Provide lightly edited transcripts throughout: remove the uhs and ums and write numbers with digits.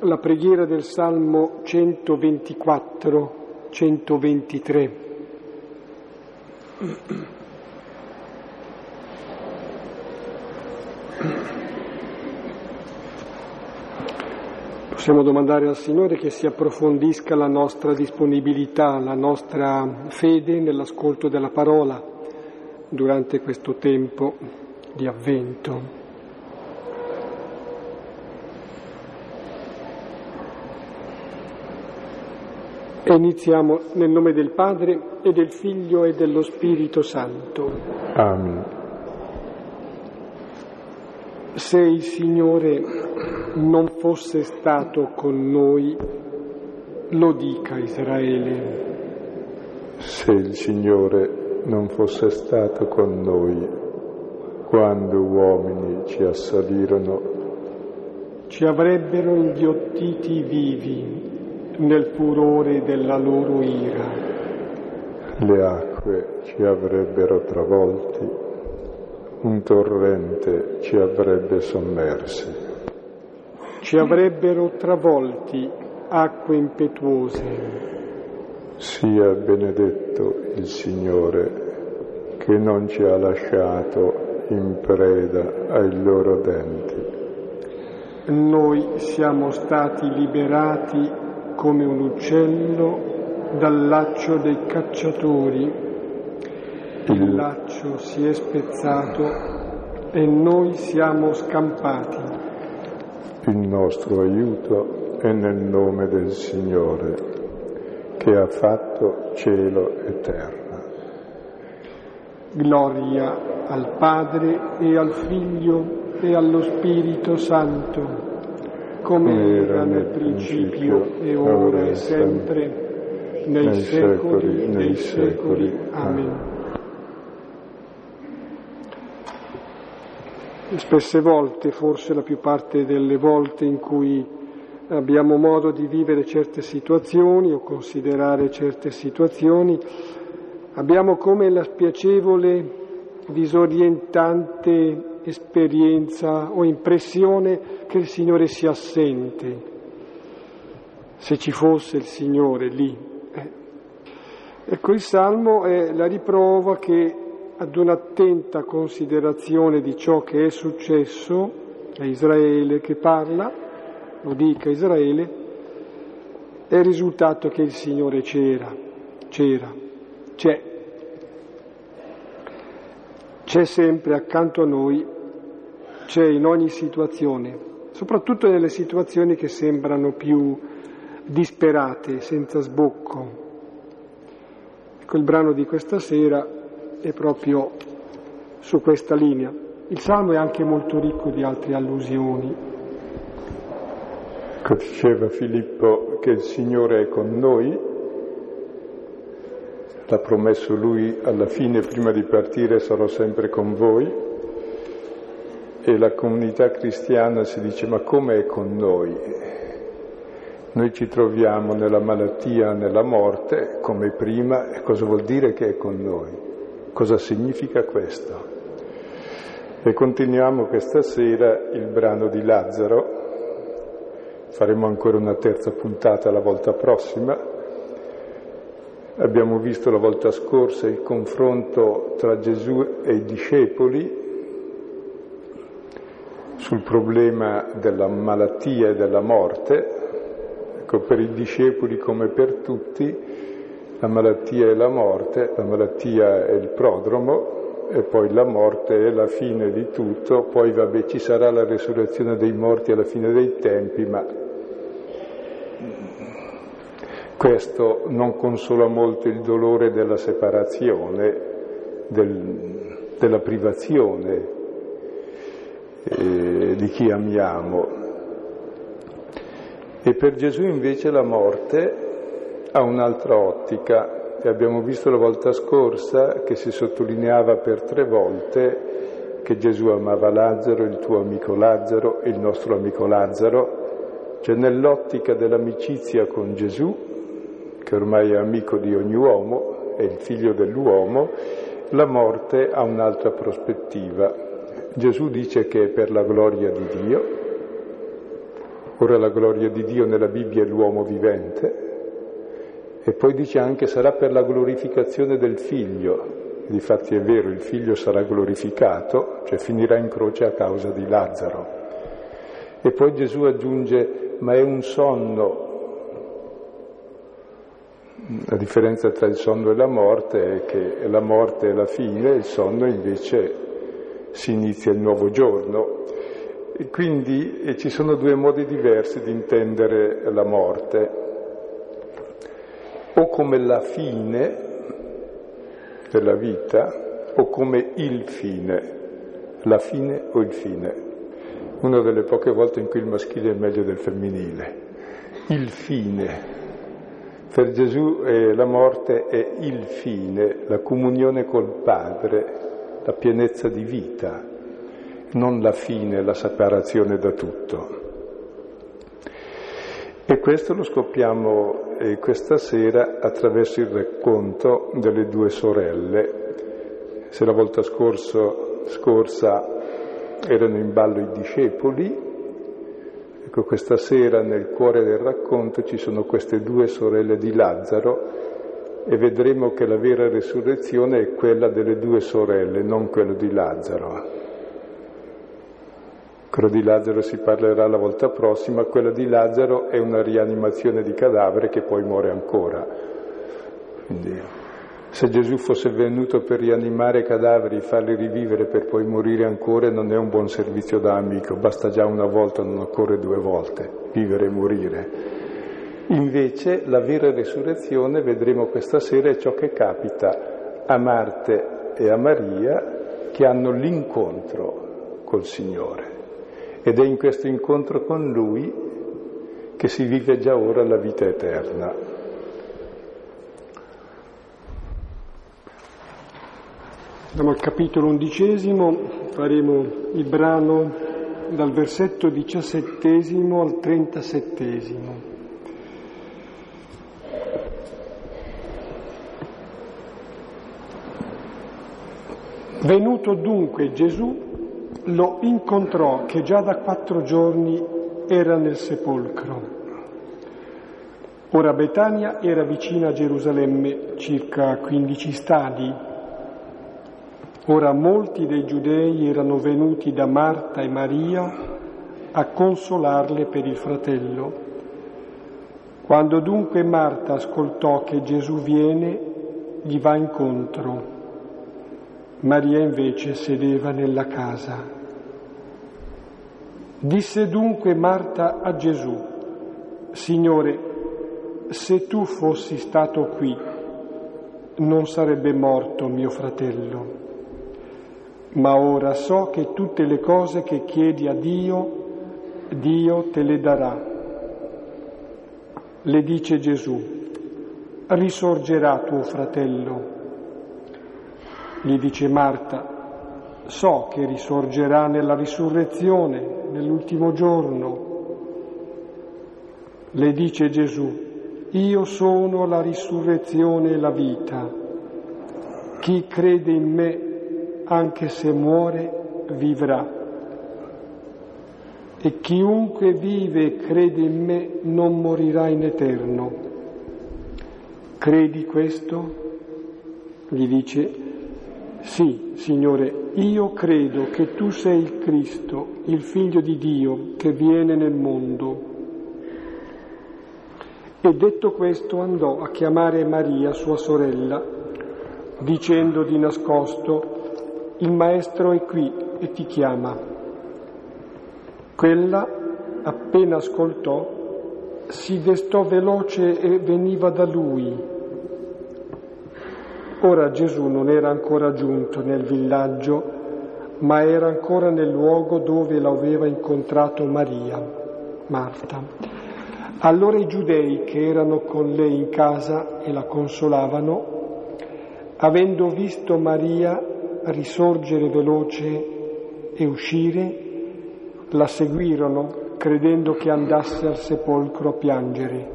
la preghiera del Salmo 124-123. Possiamo domandare al Signore che si approfondisca la nostra disponibilità, la nostra fede nell'ascolto della parola durante questo tempo di Avvento. E iniziamo nel nome del Padre e del Figlio e dello Spirito Santo. Amen. Se il Signore non fosse stato con noi, lo dica Israele. Se il Signore non fosse stato con noi, quando uomini ci assalirono, ci avrebbero inghiottiti vivi nel furore della loro ira. Le acque ci avrebbero travolti, un torrente ci avrebbe sommersi. Ci avrebbero travolti acque impetuose. Sia benedetto il Signore, che non ci ha lasciato in preda ai loro denti. Noi siamo stati liberati come un uccello dal laccio dei cacciatori. Il laccio si è spezzato e noi siamo scampati. Il nostro aiuto è nel nome del Signore, che ha fatto cielo e terra. Gloria al Padre e al Figlio e allo Spirito Santo, come era nel principio e ora e sempre, nei secoli dei secoli. Amen. Spesse volte, forse la più parte delle volte in cui abbiamo modo di vivere certe situazioni o considerare certe situazioni, abbiamo come la spiacevole, disorientante esperienza o impressione che il Signore sia assente. Se ci fosse il Signore lì. Ecco, il Salmo è la riprova che ad un'attenta considerazione di ciò che è successo, è Israele che parla, lo dica Israele, è il risultato che il Signore c'è, sempre accanto a noi, c'è in ogni situazione, soprattutto nelle situazioni che sembrano più disperate, senza sbocco. Ecco, il brano di questa sera è proprio su questa linea. Il Salmo è anche molto ricco di altre allusioni. Diceva Filippo che il Signore è con noi, l'ha promesso Lui alla fine, prima di partire sarò sempre con voi, e la comunità cristiana si dice: ma come è con noi? Noi ci troviamo nella malattia, nella morte, come prima, e cosa vuol dire che è con noi? Cosa significa questo? E continuiamo questa sera il brano di Lazzaro. Faremo ancora una terza puntata la volta prossima. Abbiamo visto la volta scorsa il confronto tra Gesù e i discepoli sul problema della malattia e della morte. Ecco, per i discepoli come per tutti la malattia è la morte, la malattia è il prodromo e poi la morte è la fine di tutto. Poi ci sarà la resurrezione dei morti alla fine dei tempi, ma questo non consola molto il dolore della separazione, della privazione di chi amiamo. E per Gesù invece la morte ha un'altra ottica, e abbiamo visto la volta scorsa che si sottolineava per 3 volte che Gesù amava Lazzaro, il tuo amico Lazzaro, il nostro amico Lazzaro, cioè nell'ottica dell'amicizia con Gesù, che ormai è amico di ogni uomo, è il figlio dell'uomo, la morte ha un'altra prospettiva. Gesù dice che è per la gloria di Dio, Ora la gloria di Dio nella Bibbia è l'uomo vivente, e poi dice anche sarà per la glorificazione del Figlio. Difatti è vero, il Figlio sarà glorificato, cioè finirà in croce a causa di Lazzaro. E poi Gesù aggiunge, ma è un sonno. La differenza tra il sonno e la morte è che la morte è la fine, il sonno invece si inizia il nuovo giorno. E quindi ci sono due modi diversi di intendere la morte, o come la fine della vita o come il fine, la fine o il fine. Una delle poche volte in cui il maschile è meglio del femminile. Il fine. Per Gesù la morte è il fine, la comunione col Padre, la pienezza di vita, non la fine, la separazione da tutto. E questo lo scopriamo questa sera attraverso il racconto delle due sorelle. Se la volta scorsa erano in ballo i discepoli, ecco questa sera nel cuore del racconto ci sono queste due sorelle di Lazzaro e vedremo che la vera resurrezione è quella delle due sorelle, non quello di Lazzaro. Quello di Lazzaro si parlerà la volta prossima, quella di Lazzaro è una rianimazione di cadavere che poi muore ancora. Quindi, se Gesù fosse venuto per rianimare cadaveri, farli rivivere per poi morire ancora, non è un buon servizio da amico, basta già una volta, non occorre due volte, vivere e morire. Invece la vera resurrezione, vedremo questa sera, è ciò che capita a Marte e a Maria che hanno l'incontro col Signore. Ed è in questo incontro con Lui che si vive già ora la vita eterna. Siamo al capitolo 11, faremo il brano dal versetto 17 al 37. Venuto dunque Gesù, lo incontrò che già da 4 giorni era nel sepolcro. Ora Betania era vicina a Gerusalemme, circa 15 stadi. Ora molti dei giudei erano venuti da Marta e Maria a consolarle per il fratello. Quando dunque Marta ascoltò che Gesù viene, gli va incontro. Maria invece sedeva nella casa. Disse dunque Marta a Gesù: Signore, se tu fossi stato qui, non sarebbe morto mio fratello. Ma ora so che tutte le cose che chiedi a Dio, Dio te le darà. Le dice Gesù: risorgerà tuo fratello. Gli dice Marta: so che risorgerà nella risurrezione, nell'ultimo giorno. Le dice Gesù: io sono la risurrezione e la vita. Chi crede in me, anche se muore, vivrà. E chiunque vive e crede in me non morirà in eterno. Credi questo? Gli dice: sì, Signore, io credo che tu sei il Cristo, il Figlio di Dio, che viene nel mondo. E detto questo andò a chiamare Maria, sua sorella, dicendo di nascosto: il Maestro è qui e ti chiama. Quella, appena ascoltò, si destò veloce e veniva da lui. Ora Gesù non era ancora giunto nel villaggio, ma era ancora nel luogo dove l'aveva incontrato Marta. Allora i giudei che erano con lei in casa e la consolavano, avendo visto Maria risorgere veloce e uscire, la seguirono, credendo che andasse al sepolcro a piangere.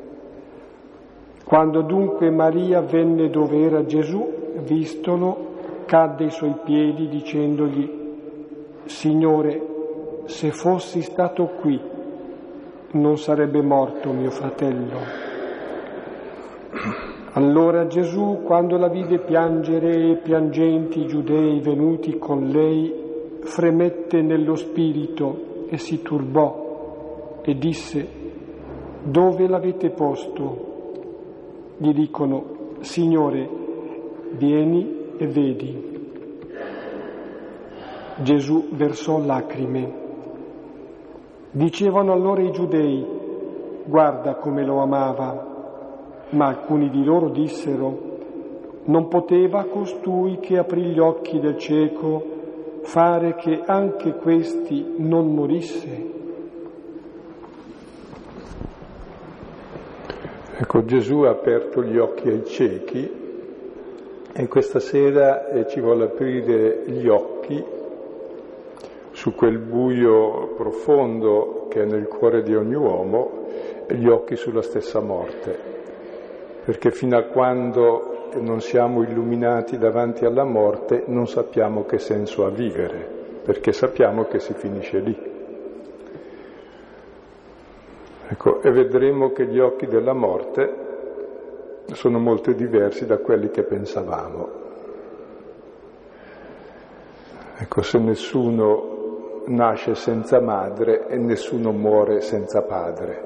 Quando dunque Maria venne dove era Gesù, vistolo, cadde ai suoi piedi dicendogli: Signore, se fossi stato qui, non sarebbe morto mio fratello. Allora Gesù, quando la vide piangere e piangenti i giudei venuti con lei, fremette nello spirito e si turbò e disse: dove l'avete posto? Gli dicono: Signore, vieni e vedi. Gesù versò lacrime. Dicevano allora i giudei: guarda come lo amava. Ma alcuni di loro dissero: non poteva costui che aprì gli occhi del cieco fare che anche questi non morisse? Ecco, Gesù ha aperto gli occhi ai ciechi e questa sera ci vuole aprire gli occhi su quel buio profondo che è nel cuore di ogni uomo, e gli occhi sulla stessa morte. Perché fino a quando non siamo illuminati davanti alla morte non sappiamo che senso ha vivere, perché sappiamo che si finisce lì. Ecco, e vedremo che gli occhi della morte sono molto diversi da quelli che pensavamo. Ecco, se nessuno nasce senza madre e nessuno muore senza padre.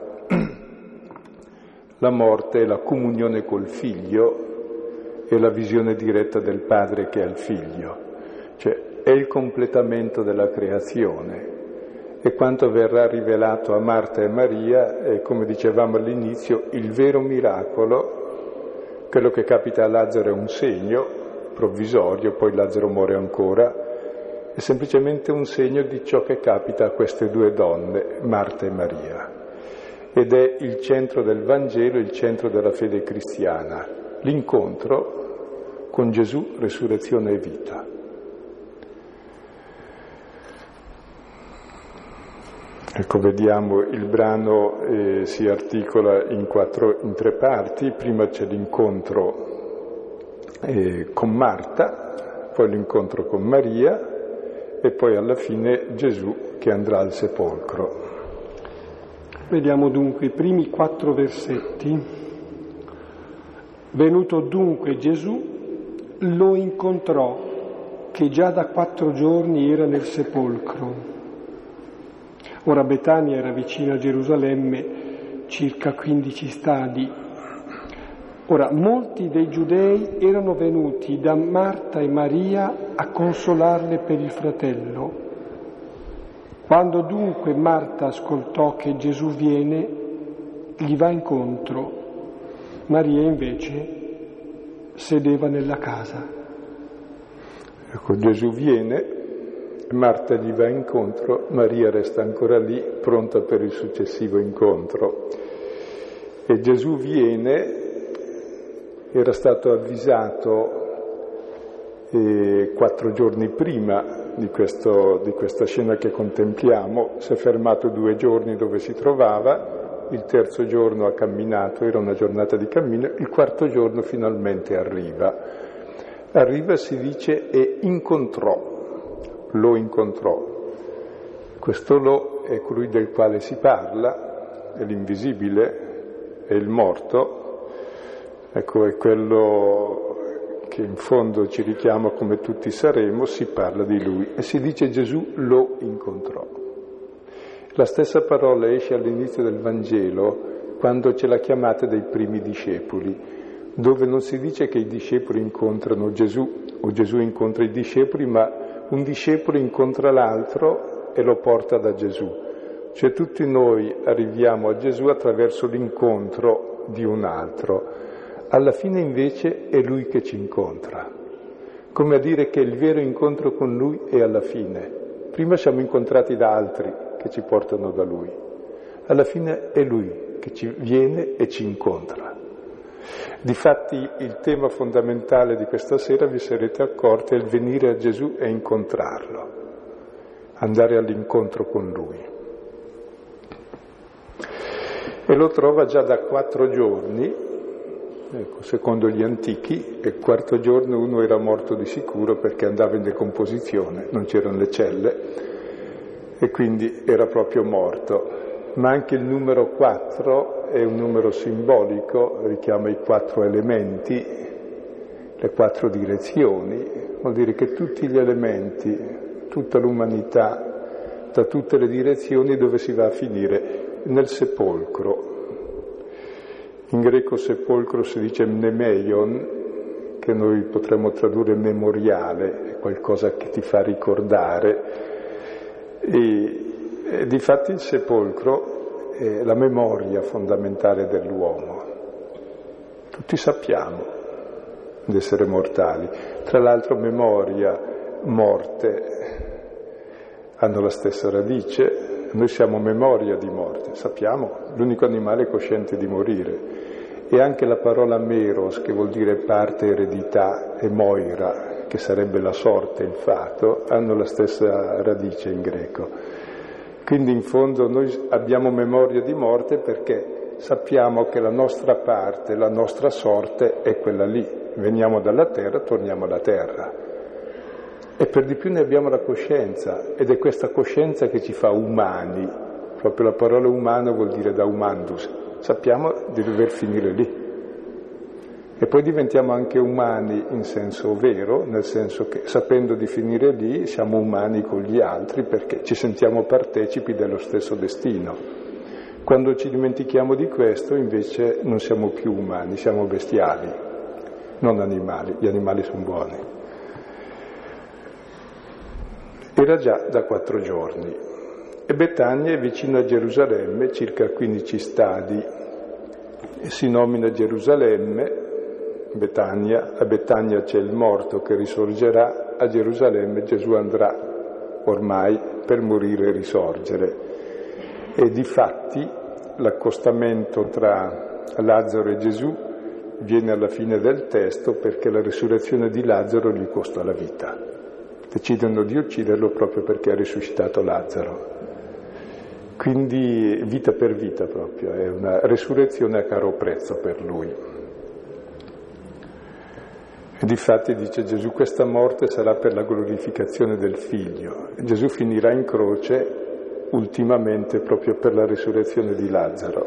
La morte è la comunione col figlio e la visione diretta del padre che ha il figlio, cioè è il completamento della creazione. E quanto verrà rivelato a Marta e Maria è, come dicevamo all'inizio, il vero miracolo. Quello che capita a Lazzaro è un segno provvisorio, poi Lazzaro muore ancora, è semplicemente un segno di ciò che capita a queste due donne, Marta e Maria. Ed è il centro del Vangelo, il centro della fede cristiana, l'incontro con Gesù, resurrezione e vita. Ecco, vediamo il brano si articola in tre parti. Prima c'è l'incontro con Marta, poi l'incontro con Maria e poi alla fine Gesù che andrà al sepolcro. Vediamo dunque i primi 4 versetti. Venuto dunque Gesù, lo incontrò, che già da 4 giorni era nel sepolcro. Ora Betania era vicina a Gerusalemme, circa 15 stadi. Ora molti dei giudei erano venuti da Marta e Maria a consolarle per il fratello. Quando dunque Marta ascoltò che Gesù viene, gli va incontro. Maria invece sedeva nella casa. Ecco, Gesù viene, Marta gli va incontro, Maria resta ancora lì, pronta per il successivo incontro. E Gesù viene, era stato avvisato 4 giorni prima di questa scena che contempliamo, si è fermato 2 giorni dove si trovava, il terzo giorno ha camminato, era una giornata di cammino, il 4º giorno finalmente arriva. Arriva, si dice, e lo incontrò. Questo lo è colui del quale si parla, è l'invisibile, è il morto, ecco, è quello che in fondo ci richiama come tutti saremo, si parla di lui e si dice Gesù lo incontrò. La stessa parola esce all'inizio del Vangelo quando c'è la chiamata dei primi discepoli, dove non si dice che i discepoli incontrano Gesù o Gesù incontra i discepoli, ma un discepolo incontra l'altro e lo porta da Gesù. Cioè tutti noi arriviamo a Gesù attraverso l'incontro di un altro. Alla fine invece è Lui che ci incontra, come a dire che il vero incontro con Lui è alla fine. Prima siamo incontrati da altri che ci portano da Lui, alla fine è Lui che ci viene e ci incontra. Difatti il tema fondamentale di questa sera, vi sarete accorti, è il venire a Gesù e incontrarlo, andare all'incontro con Lui. E lo trova già da 4 giorni. Ecco, secondo gli antichi, il 4º giorno uno era morto di sicuro perché andava in decomposizione, non c'erano le celle e quindi era proprio morto. ma anche il numero 4 è un numero simbolico, richiama i 4 elementi, le 4 direzioni, vuol dire che tutti gli elementi, tutta l'umanità, da tutte le direzioni dove si va a finire? Nel sepolcro. In greco sepolcro si dice mnemeion, che noi potremmo tradurre memoriale, qualcosa che ti fa ricordare. E difatti il sepolcro è la memoria fondamentale dell'uomo. Tutti sappiamo di essere mortali. Tra l'altro memoria, morte hanno la stessa radice. Noi siamo memoria di morte, sappiamo, l'unico animale cosciente di morire. E anche la parola meros, che vuol dire parte, eredità, e moira, che sarebbe la sorte, il fato, hanno la stessa radice in greco. Quindi in fondo noi abbiamo memoria di morte perché sappiamo che la nostra parte, la nostra sorte è quella lì. Veniamo dalla terra, torniamo alla terra. E per di più ne abbiamo la coscienza, ed è questa coscienza che ci fa umani. Proprio la parola umano vuol dire da humandus. Sappiamo di dover finire lì. E poi diventiamo anche umani in senso vero, nel senso che sapendo di finire lì siamo umani con gli altri perché ci sentiamo partecipi dello stesso destino. Quando ci dimentichiamo di questo invece non siamo più umani, siamo bestiali, non animali. Gli animali sono buoni. Era già da 4 giorni e Betania è vicino a Gerusalemme, circa 15 stadi, e si nomina Gerusalemme. Betania, a Betania c'è il morto che risorgerà, a Gerusalemme Gesù andrà ormai per morire e risorgere. E difatti l'accostamento tra Lazzaro e Gesù viene alla fine del testo perché la risurrezione di Lazzaro gli costa la vita. Decidono di ucciderlo proprio perché ha risuscitato Lazzaro. Quindi vita per vita proprio, è una resurrezione a caro prezzo per lui. E difatti dice Gesù, questa morte sarà per la glorificazione del Figlio. E Gesù finirà in croce ultimamente proprio per la risurrezione di Lazzaro.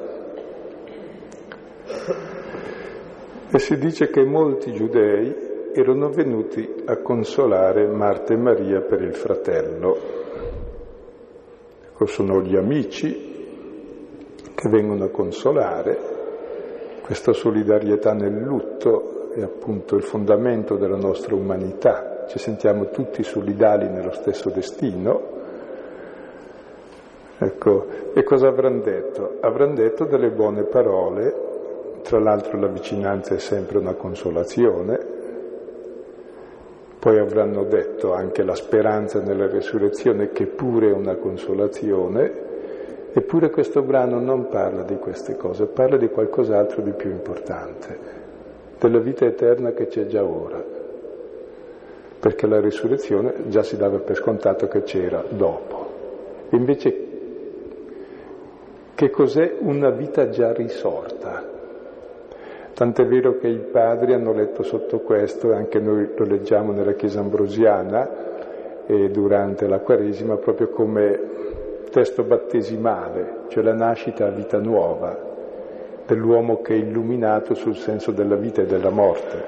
E si dice che molti giudei erano venuti a consolare Marta e Maria per il fratello. Ecco, sono gli amici che vengono a consolare. Questa solidarietà nel lutto è appunto il fondamento della nostra umanità. Ci sentiamo tutti solidali nello stesso destino. Ecco, e cosa avranno detto? Avranno detto delle buone parole. Tra l'altro la vicinanza è sempre una consolazione. Poi avranno detto anche la speranza nella resurrezione, che pure è una consolazione. Eppure questo brano non parla di queste cose, parla di qualcos'altro di più importante, della vita eterna che c'è già ora. Perché la risurrezione già si dava per scontato che c'era dopo. Invece, che cos'è una vita già risorta? Tant'è vero che i padri hanno letto sotto questo, e anche noi lo leggiamo nella Chiesa ambrosiana e durante la Quaresima, proprio come testo battesimale, cioè la nascita a vita nuova dell'uomo che è illuminato sul senso della vita e della morte.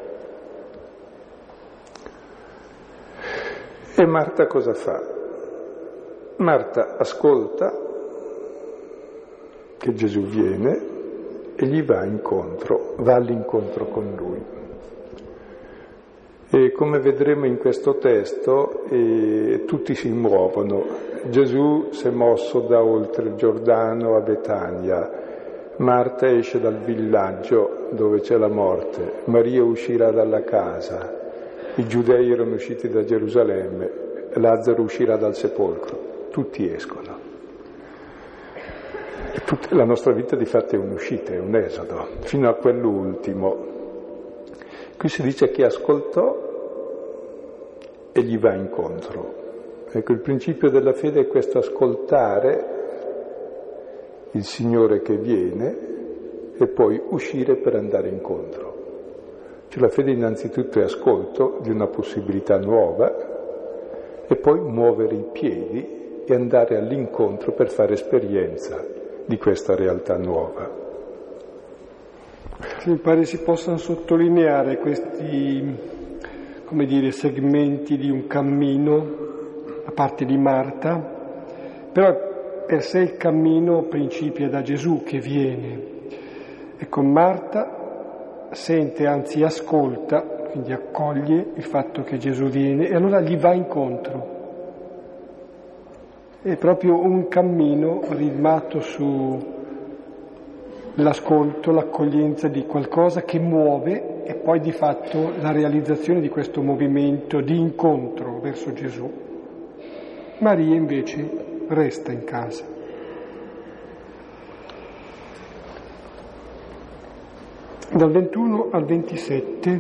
E Marta cosa fa? Marta ascolta che Gesù viene e gli va incontro, va all'incontro con lui. E come vedremo in questo testo, tutti si muovono. Gesù si è mosso da oltre il Giordano a Betania, Marta esce dal villaggio dove c'è la morte, Maria uscirà dalla casa, i giudei erano usciti da Gerusalemme, Lazzaro uscirà dal sepolcro, tutti escono. La nostra vita di fatto è un'uscita, è un esodo, fino a quell'ultimo. Qui si dice che ascoltò e gli va incontro. Ecco, il principio della fede è questo: ascoltare il Signore che viene e poi uscire per andare incontro. Cioè la fede innanzitutto è ascolto di una possibilità nuova e poi muovere i piedi e andare all'incontro per fare esperienza di questa realtà nuova. Sì, mi pare si possano sottolineare questi, come dire, segmenti di un cammino a parte di Marta, però per sé il cammino principia da Gesù che viene. E con Marta sente, anzi ascolta, quindi accoglie il fatto che Gesù viene e allora gli va incontro. È proprio un cammino ritmato sull'ascolto, l'accoglienza di qualcosa che muove e poi di fatto la realizzazione di questo movimento di incontro verso Gesù. Maria invece resta in casa. Dal 21 al 27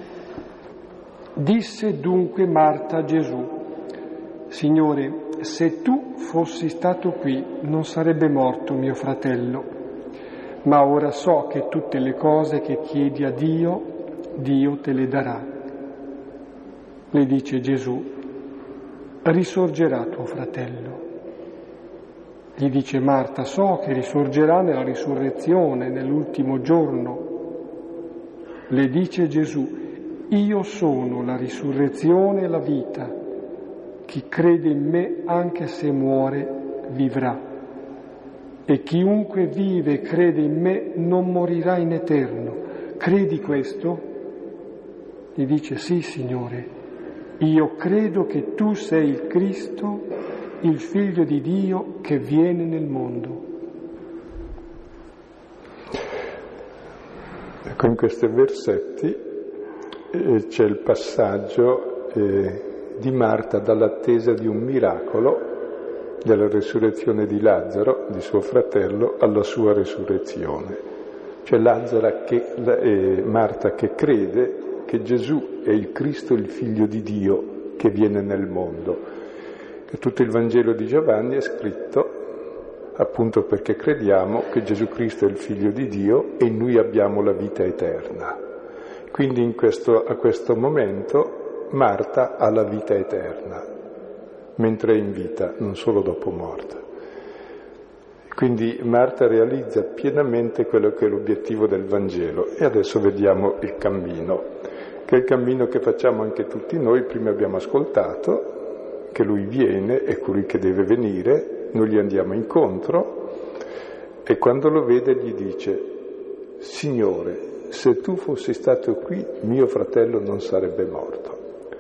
disse dunque Marta a Gesù: Signore, se tu fossi stato qui non sarebbe morto mio fratello, ma ora so che tutte le cose che chiedi a Dio, Dio te le darà. Le dice Gesù: risorgerà tuo fratello. Gli dice Marta: so che risorgerà nella risurrezione, nell'ultimo giorno. Le dice Gesù: io sono la risurrezione e la vita. Chi crede in me, anche se muore, vivrà. E chiunque vive e crede in me non morirà in eterno. Credi questo? Gli dice: sì, Signore, io credo che tu sei il Cristo, il Figlio di Dio che viene nel mondo. Ecco, in questi versetti c'è il passaggio di Marta dall'attesa di un miracolo, della resurrezione di Lazzaro, di suo fratello, alla sua resurrezione. Cioè Marta che crede che Gesù è il Cristo, il Figlio di Dio che viene nel mondo. E tutto il Vangelo di Giovanni è scritto appunto perché crediamo che Gesù Cristo è il Figlio di Dio e in Lui abbiamo la vita eterna. Quindi a questo momento Marta ha la vita eterna, mentre è in vita, non solo dopo morta. Quindi Marta realizza pienamente quello che è l'obiettivo del Vangelo. E adesso vediamo il cammino, che è il cammino che facciamo anche tutti noi. Prima abbiamo ascoltato che Lui viene, è colui che deve venire, noi gli andiamo incontro e quando lo vede gli dice: Signore, se tu fossi stato qui, mio fratello non sarebbe morto.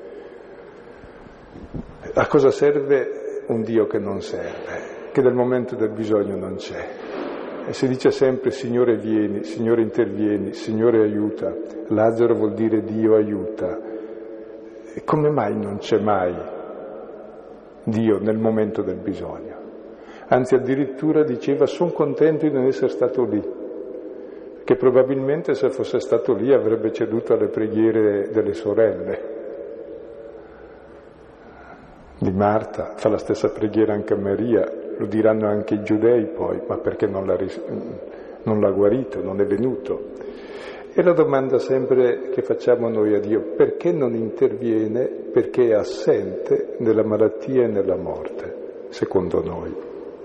A cosa serve un Dio che non serve, che nel momento del bisogno non c'è? E si dice sempre: Signore vieni, Signore intervieni, Signore aiuta. Lazzaro vuol dire Dio aiuta. E come mai non c'è mai Dio nel momento del bisogno? Anzi, addirittura diceva: sono contento di non essere stato lì, perché probabilmente se fosse stato lì avrebbe ceduto alle preghiere delle sorelle. Di Marta fa la stessa preghiera anche a Maria, lo diranno anche i giudei poi, ma perché non l'ha guarito, non è venuto? E la domanda sempre che facciamo noi a Dio: perché non interviene? Perché è assente nella malattia e nella morte, secondo noi.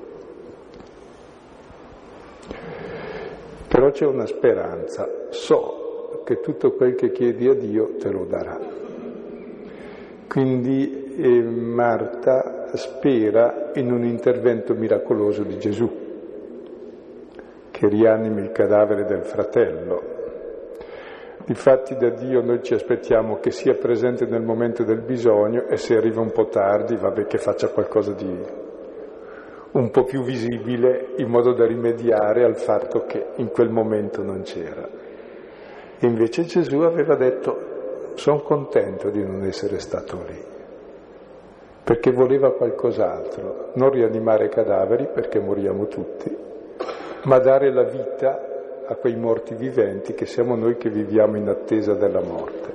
Però c'è una speranza: so che tutto quel che chiedi a Dio te lo darà. Quindi Marta spera in un intervento miracoloso di Gesù, che rianimi il cadavere del fratello. Difatti da Dio noi ci aspettiamo che sia presente nel momento del bisogno e se arriva un po' tardi, vabbè, che faccia qualcosa di un po' più visibile in modo da rimediare al fatto che in quel momento non c'era. E invece Gesù aveva detto: sono contento di non essere stato lì, perché voleva qualcos'altro, non rianimare cadaveri perché moriamo tutti, ma dare la vita a quei morti viventi che siamo noi che viviamo in attesa della morte.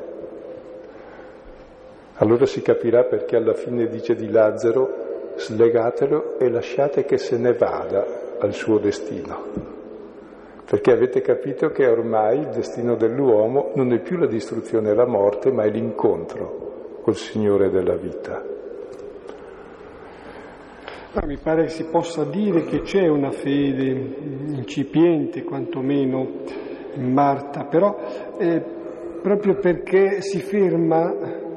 Allora si capirà perché alla fine dice di Lazzaro: slegatelo e lasciate che se ne vada al suo destino. Perché avete capito che ormai il destino dell'uomo non è più la distruzione e la morte, ma è l'incontro col Signore della vita. Mi pare che si possa dire che c'è una fede incipiente, quantomeno, in Marta, però proprio perché si ferma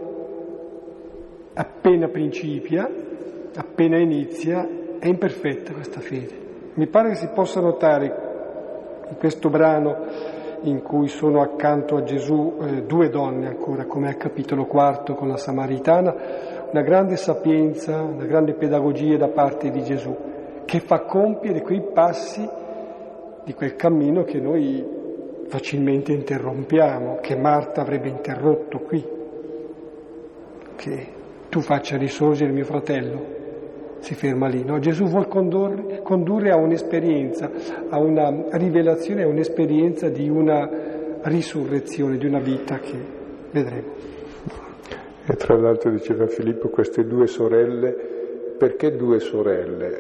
appena principia, appena inizia, è imperfetta questa fede. Mi pare che si possa notare in questo brano in cui sono accanto a Gesù due donne ancora, come al capitolo 4 con la Samaritana, una grande sapienza, una grande pedagogia da parte di Gesù, che fa compiere quei passi di quel cammino che noi facilmente interrompiamo, che Marta avrebbe interrotto qui, che tu faccia risorgere mio fratello, si ferma lì, no? Gesù vuol condurre a un'esperienza, a una rivelazione, a un'esperienza di una risurrezione, di una vita che vedremo. E tra l'altro diceva Filippo, queste due sorelle, perché due sorelle?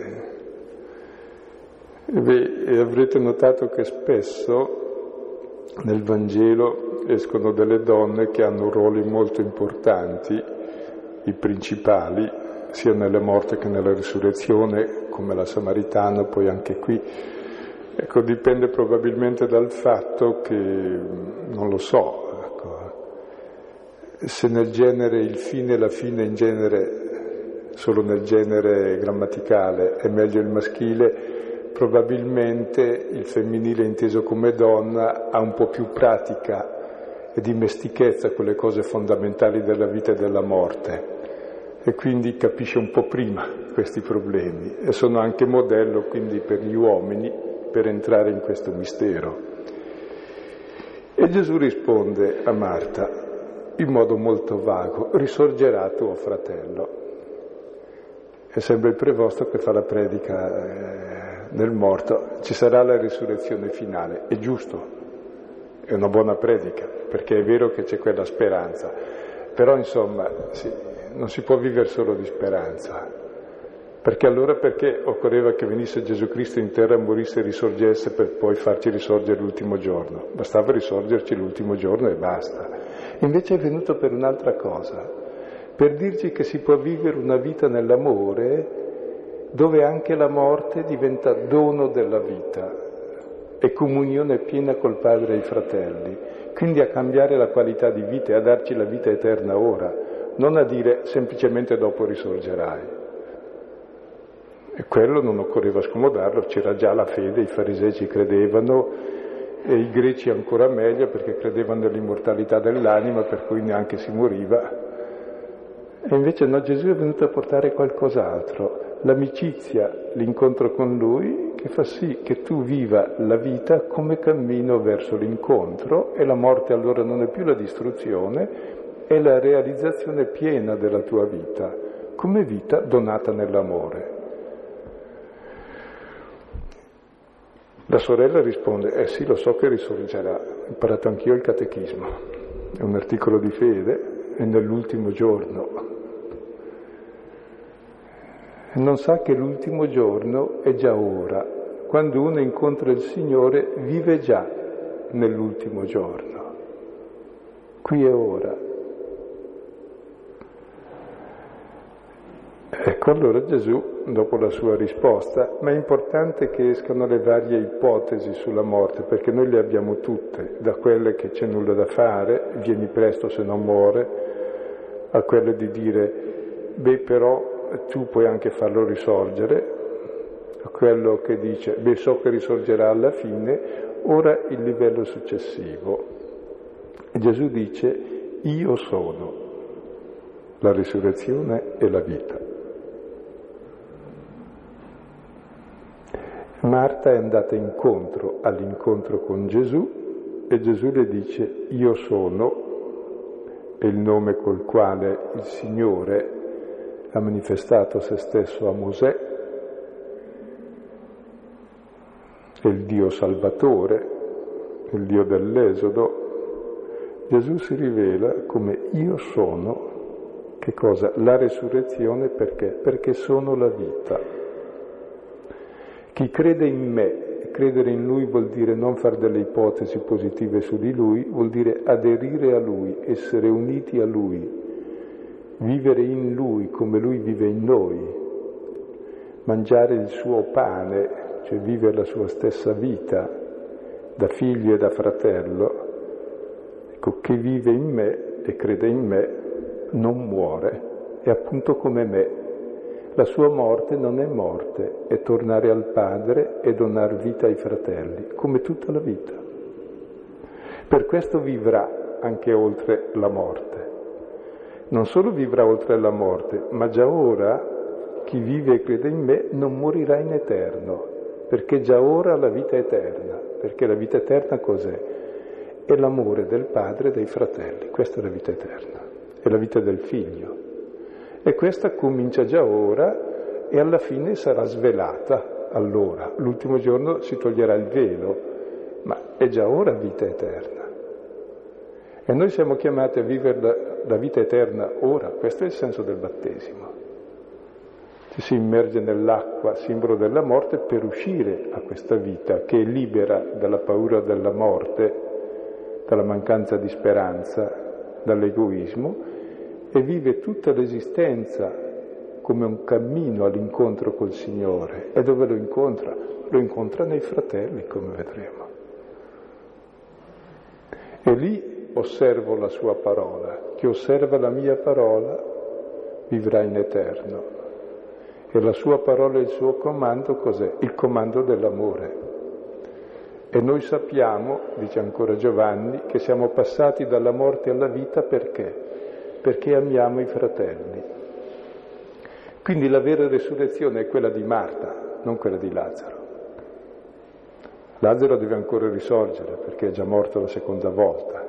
E avrete notato che spesso nel Vangelo escono delle donne che hanno ruoli molto importanti, i principali, sia nella morte che nella risurrezione, come la Samaritana, poi anche qui. Ecco, dipende probabilmente dal fatto che, non lo so, ecco, se nel genere il fine e la fine in genere, solo nel genere grammaticale, è meglio il maschile, probabilmente il femminile inteso come donna ha un po' più pratica e dimestichezza con le cose fondamentali della vita e della morte e quindi capisce un po' prima questi problemi e sono anche modello quindi per gli uomini per entrare in questo mistero. E Gesù risponde a Marta in modo molto vago: risorgerà tuo fratello. È sempre il prevosto che fa la predica del morto, ci sarà la risurrezione finale, è giusto, è una buona predica, perché è vero che c'è quella speranza, però insomma sì, non si può vivere solo di speranza, perché allora perché occorreva che venisse Gesù Cristo in terra, morisse e risorgesse per poi farci risorgere l'ultimo giorno? Bastava risorgerci l'ultimo giorno e basta. Invece è venuto per un'altra cosa, per dirci che si può vivere una vita nell'amore dove anche la morte diventa dono della vita e comunione piena col Padre e i fratelli, quindi a cambiare la qualità di vita e a darci la vita eterna ora, non a dire semplicemente dopo risorgerai. E quello non occorreva scomodarlo, c'era già la fede, i farisei ci credevano e i greci ancora meglio perché credevano nell'immortalità dell'anima, per cui neanche si moriva. E invece no, Gesù è venuto a portare qualcos'altro, l'amicizia, l'incontro con Lui, che fa sì che tu viva la vita come cammino verso l'incontro e la morte allora non è più la distruzione, è la realizzazione piena della tua vita, come vita donata nell'amore. La sorella risponde, sì, lo so che risorgerà, ho imparato anch'io il catechismo, è un articolo di fede, è nell'ultimo giorno. Non sa che l'ultimo giorno è già ora. Quando uno incontra il Signore vive già nell'ultimo giorno. Qui è ora. Ecco allora Gesù, dopo la sua risposta, ma è importante che escano le varie ipotesi sulla morte, perché noi le abbiamo tutte, da quelle che c'è nulla da fare, vieni presto se non muore, a quelle di dire, però tu puoi anche farlo risorgere, a quello che dice, so che risorgerà alla fine, ora il livello successivo. E Gesù dice, io sono la risurrezione e la vita. Marta è andata incontro all'incontro con Gesù e Gesù le dice, io sono, è il nome col quale il Signore ha manifestato se stesso a Mosè, è il Dio Salvatore, il Dio dell'Esodo. Gesù si rivela come io sono, che cosa? La resurrezione perché? Perché sono la vita. Chi crede in me, credere in Lui vuol dire non fare delle ipotesi positive su di Lui, vuol dire aderire a Lui, essere uniti a Lui, vivere in Lui come Lui vive in noi. mangiare il suo pane, cioè vivere la sua stessa vita da figlio e da fratello, ecco, chi vive in me e crede in me non muore, è appunto come me. La sua morte non è morte, è tornare al Padre e donar vita ai fratelli, come tutta la vita. Per questo vivrà anche oltre la morte. Non solo vivrà oltre la morte, ma già ora chi vive e crede in me non morirà in eterno, perché già ora ha la vita eterna. Perché la vita eterna cos'è? È l'amore del Padre e dei fratelli, questa è la vita eterna, è la vita del Figlio. E questa comincia già ora e alla fine sarà svelata allora. L'ultimo giorno si toglierà il velo, ma è già ora vita eterna. E noi siamo chiamati a vivere la vita eterna ora, questo è il senso del battesimo. Ci si immerge nell'acqua, simbolo della morte, per uscire a questa vita che è libera dalla paura della morte, dalla mancanza di speranza, dall'egoismo, e vive tutta l'esistenza come un cammino all'incontro col Signore. E dove lo incontra? Lo incontra nei fratelli, come vedremo. E lì osservo la sua parola. Chi osserva la mia parola vivrà in eterno. E la sua parola e il suo comando cos'è? Il comando dell'amore. E noi sappiamo, dice ancora Giovanni, che siamo passati dalla morte alla vita perché? Perché amiamo i fratelli. Quindi la vera resurrezione è quella di Marta, non quella di Lazzaro. Lazzaro deve ancora risorgere perché è già morto la seconda volta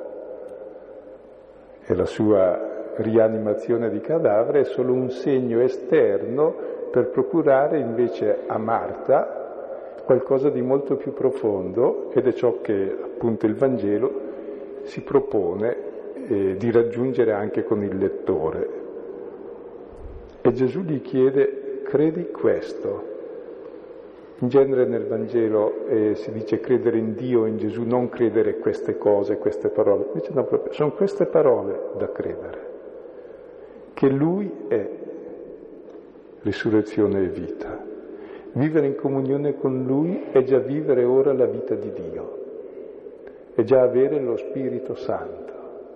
e la sua rianimazione di cadavere è solo un segno esterno per procurare invece a Marta qualcosa di molto più profondo, ed è ciò che appunto il Vangelo si propone di raggiungere anche con il lettore. E Gesù gli chiede: credi questo? In genere nel Vangelo si dice credere in Dio, in Gesù, non credere queste cose, queste parole. Invece no, proprio, sono queste parole da credere, che Lui è risurrezione e vita. Vivere in comunione con Lui è già vivere ora la vita di Dio, è già avere lo Spirito Santo.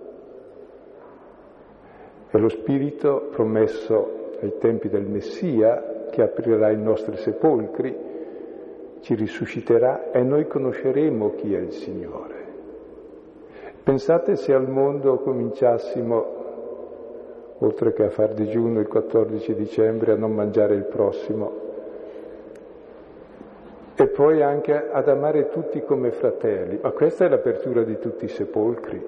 È lo Spirito promesso ai tempi del Messia, che aprirà i nostri sepolcri, ci risusciterà e noi conosceremo chi è il Signore. Pensate se al mondo cominciassimo, oltre che a far digiuno il 14 dicembre, a non mangiare il prossimo, e poi anche ad amare tutti come fratelli. Ma questa è l'apertura di tutti i sepolcri.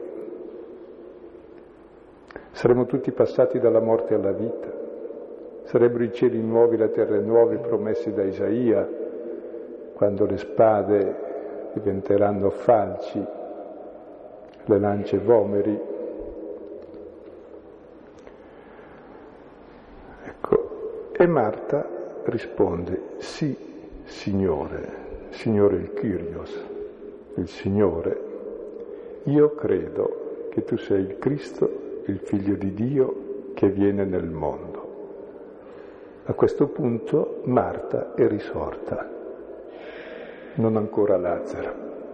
Saremmo tutti passati dalla morte alla vita. Sarebbero i cieli nuovi, le terre nuove promessi da Isaia, quando le spade diventeranno falci, le lance vomeri. Ecco, e Marta risponde: sì, Signore il Kyrios, il Signore, io credo che tu sei il Cristo, il Figlio di Dio che viene nel mondo. A questo punto Marta è risorta, non ancora Lazzaro.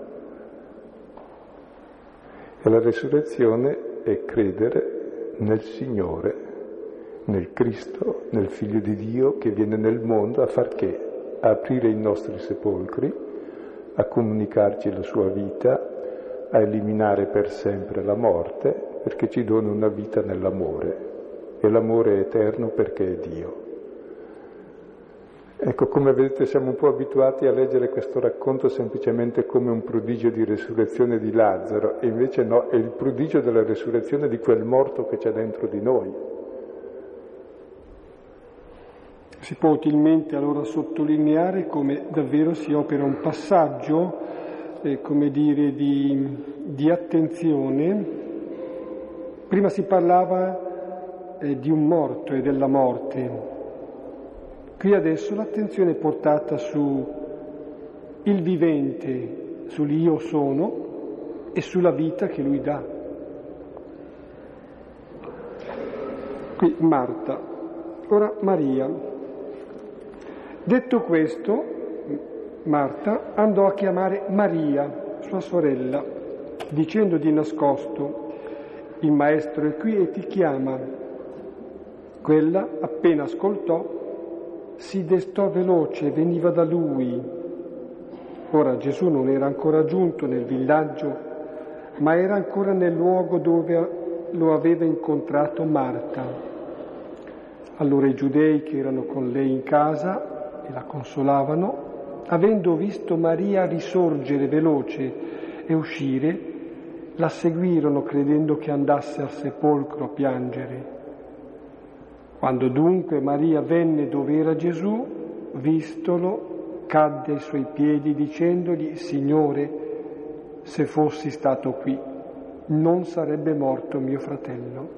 E la resurrezione è credere nel Signore, nel Cristo, nel Figlio di Dio che viene nel mondo a far che? A aprire i nostri sepolcri, a comunicarci la sua vita, a eliminare per sempre la morte, perché ci dona una vita nell'amore, e l'amore è eterno perché è Dio. Ecco, come vedete siamo un po' abituati a leggere questo racconto semplicemente come un prodigio di resurrezione di Lazzaro, e invece no, è il prodigio della resurrezione di quel morto che c'è dentro di noi. Si può utilmente allora sottolineare come davvero si opera un passaggio, come dire, di attenzione. Prima si parlava di un morto e della morte. Qui adesso l'attenzione è portata su il vivente, sull'io sono e sulla vita che lui dà. Qui Marta, ora Maria. Detto questo, Marta andò a chiamare Maria, sua sorella, dicendo di nascosto: il maestro è qui e ti chiama. Quella, appena ascoltò, si destò veloce e veniva da lui. Ora Gesù non era ancora giunto nel villaggio, ma era ancora nel luogo dove lo aveva incontrato Marta. Allora i giudei che erano con lei in casa e la consolavano, avendo visto Maria risorgere veloce e uscire, la seguirono credendo che andasse al sepolcro a piangere. Quando dunque Maria venne dove era Gesù, vistolo, cadde ai suoi piedi dicendogli: Signore, se fossi stato qui, non sarebbe morto mio fratello.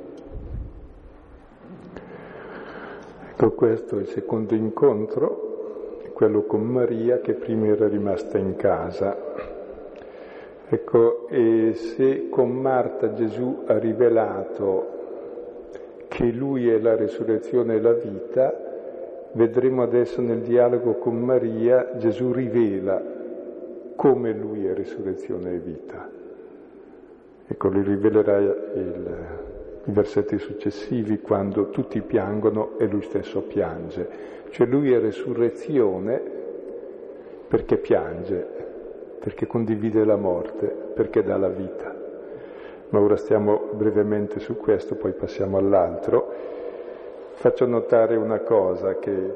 Ecco, questo è il secondo incontro, quello con Maria che prima era rimasta in casa. Ecco, e se con Marta Gesù ha rivelato che Lui è la resurrezione e la vita, vedremo adesso nel dialogo con Maria Gesù rivela come Lui è resurrezione e vita. Ecco, li rivelerà i versetti successivi, quando tutti piangono e Lui stesso piange. Cioè Lui è resurrezione perché piange, perché condivide la morte, perché dà la vita. Ma ora stiamo brevemente su questo, poi passiamo all'altro. Faccio notare una cosa, che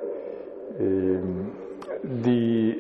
di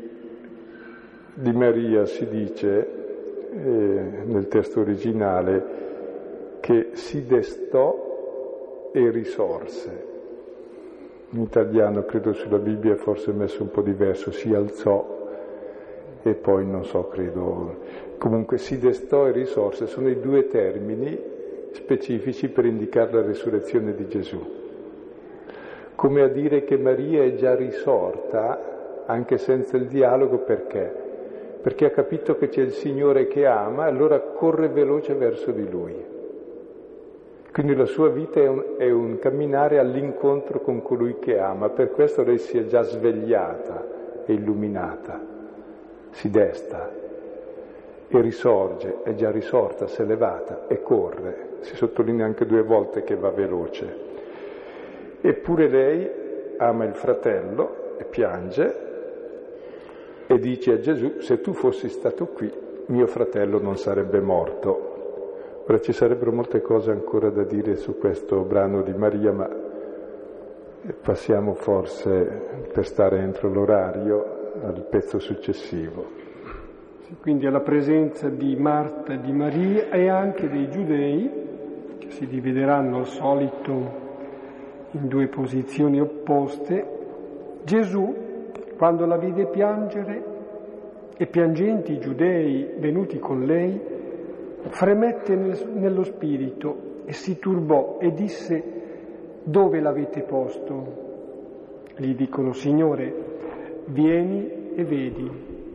Maria si dice nel testo originale che si destò e risorse. In italiano credo sulla Bibbia è forse messo un po' diverso, si alzò e poi non so, credo, comunque si destò e risorse, sono i due termini specifici per indicare la resurrezione di Gesù. Come a dire che Maria è già risorta, anche senza il dialogo, perché? Perché ha capito che c'è il Signore che ama, allora corre veloce verso di Lui. Quindi la sua vita è un camminare all'incontro con colui che ama, per questo lei si è già svegliata e illuminata. Si desta e risorge, è già risorta, si è levata e corre. Si sottolinea anche 2 volte che va veloce. Eppure lei ama il fratello e piange e dice a Gesù: se tu fossi stato qui, mio fratello non sarebbe morto. Ora ci sarebbero molte cose ancora da dire su questo brano di Maria, ma passiamo forse, per stare entro l'orario, al pezzo successivo. Quindi alla presenza di Marta e di Maria e anche dei giudei, che si divideranno al solito in 2 posizioni opposte, Gesù, quando la vide piangere e piangenti i giudei venuti con lei, fremette nello spirito e si turbò e disse: dove l'avete posto? Gli dicono: Signore, vieni e vedi.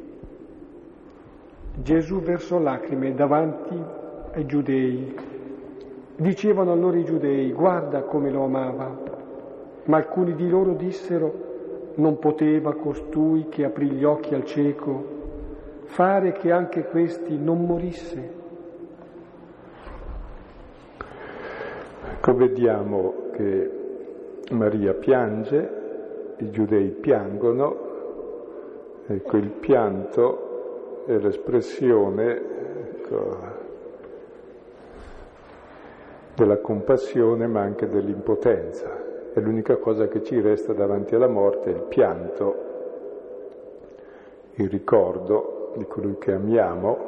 Gesù versò lacrime davanti ai giudei. Dicevano allora i giudei: guarda come lo amava. Ma alcuni di loro dissero: non poteva costui che aprì gli occhi al cieco fare che anche questi non morisse? Ecco, vediamo che Maria piange, i giudei piangono. Ecco, il pianto è l'espressione, della compassione, ma anche dell'impotenza. È l'unica cosa che ci resta davanti alla morte, il pianto, il ricordo di colui che amiamo.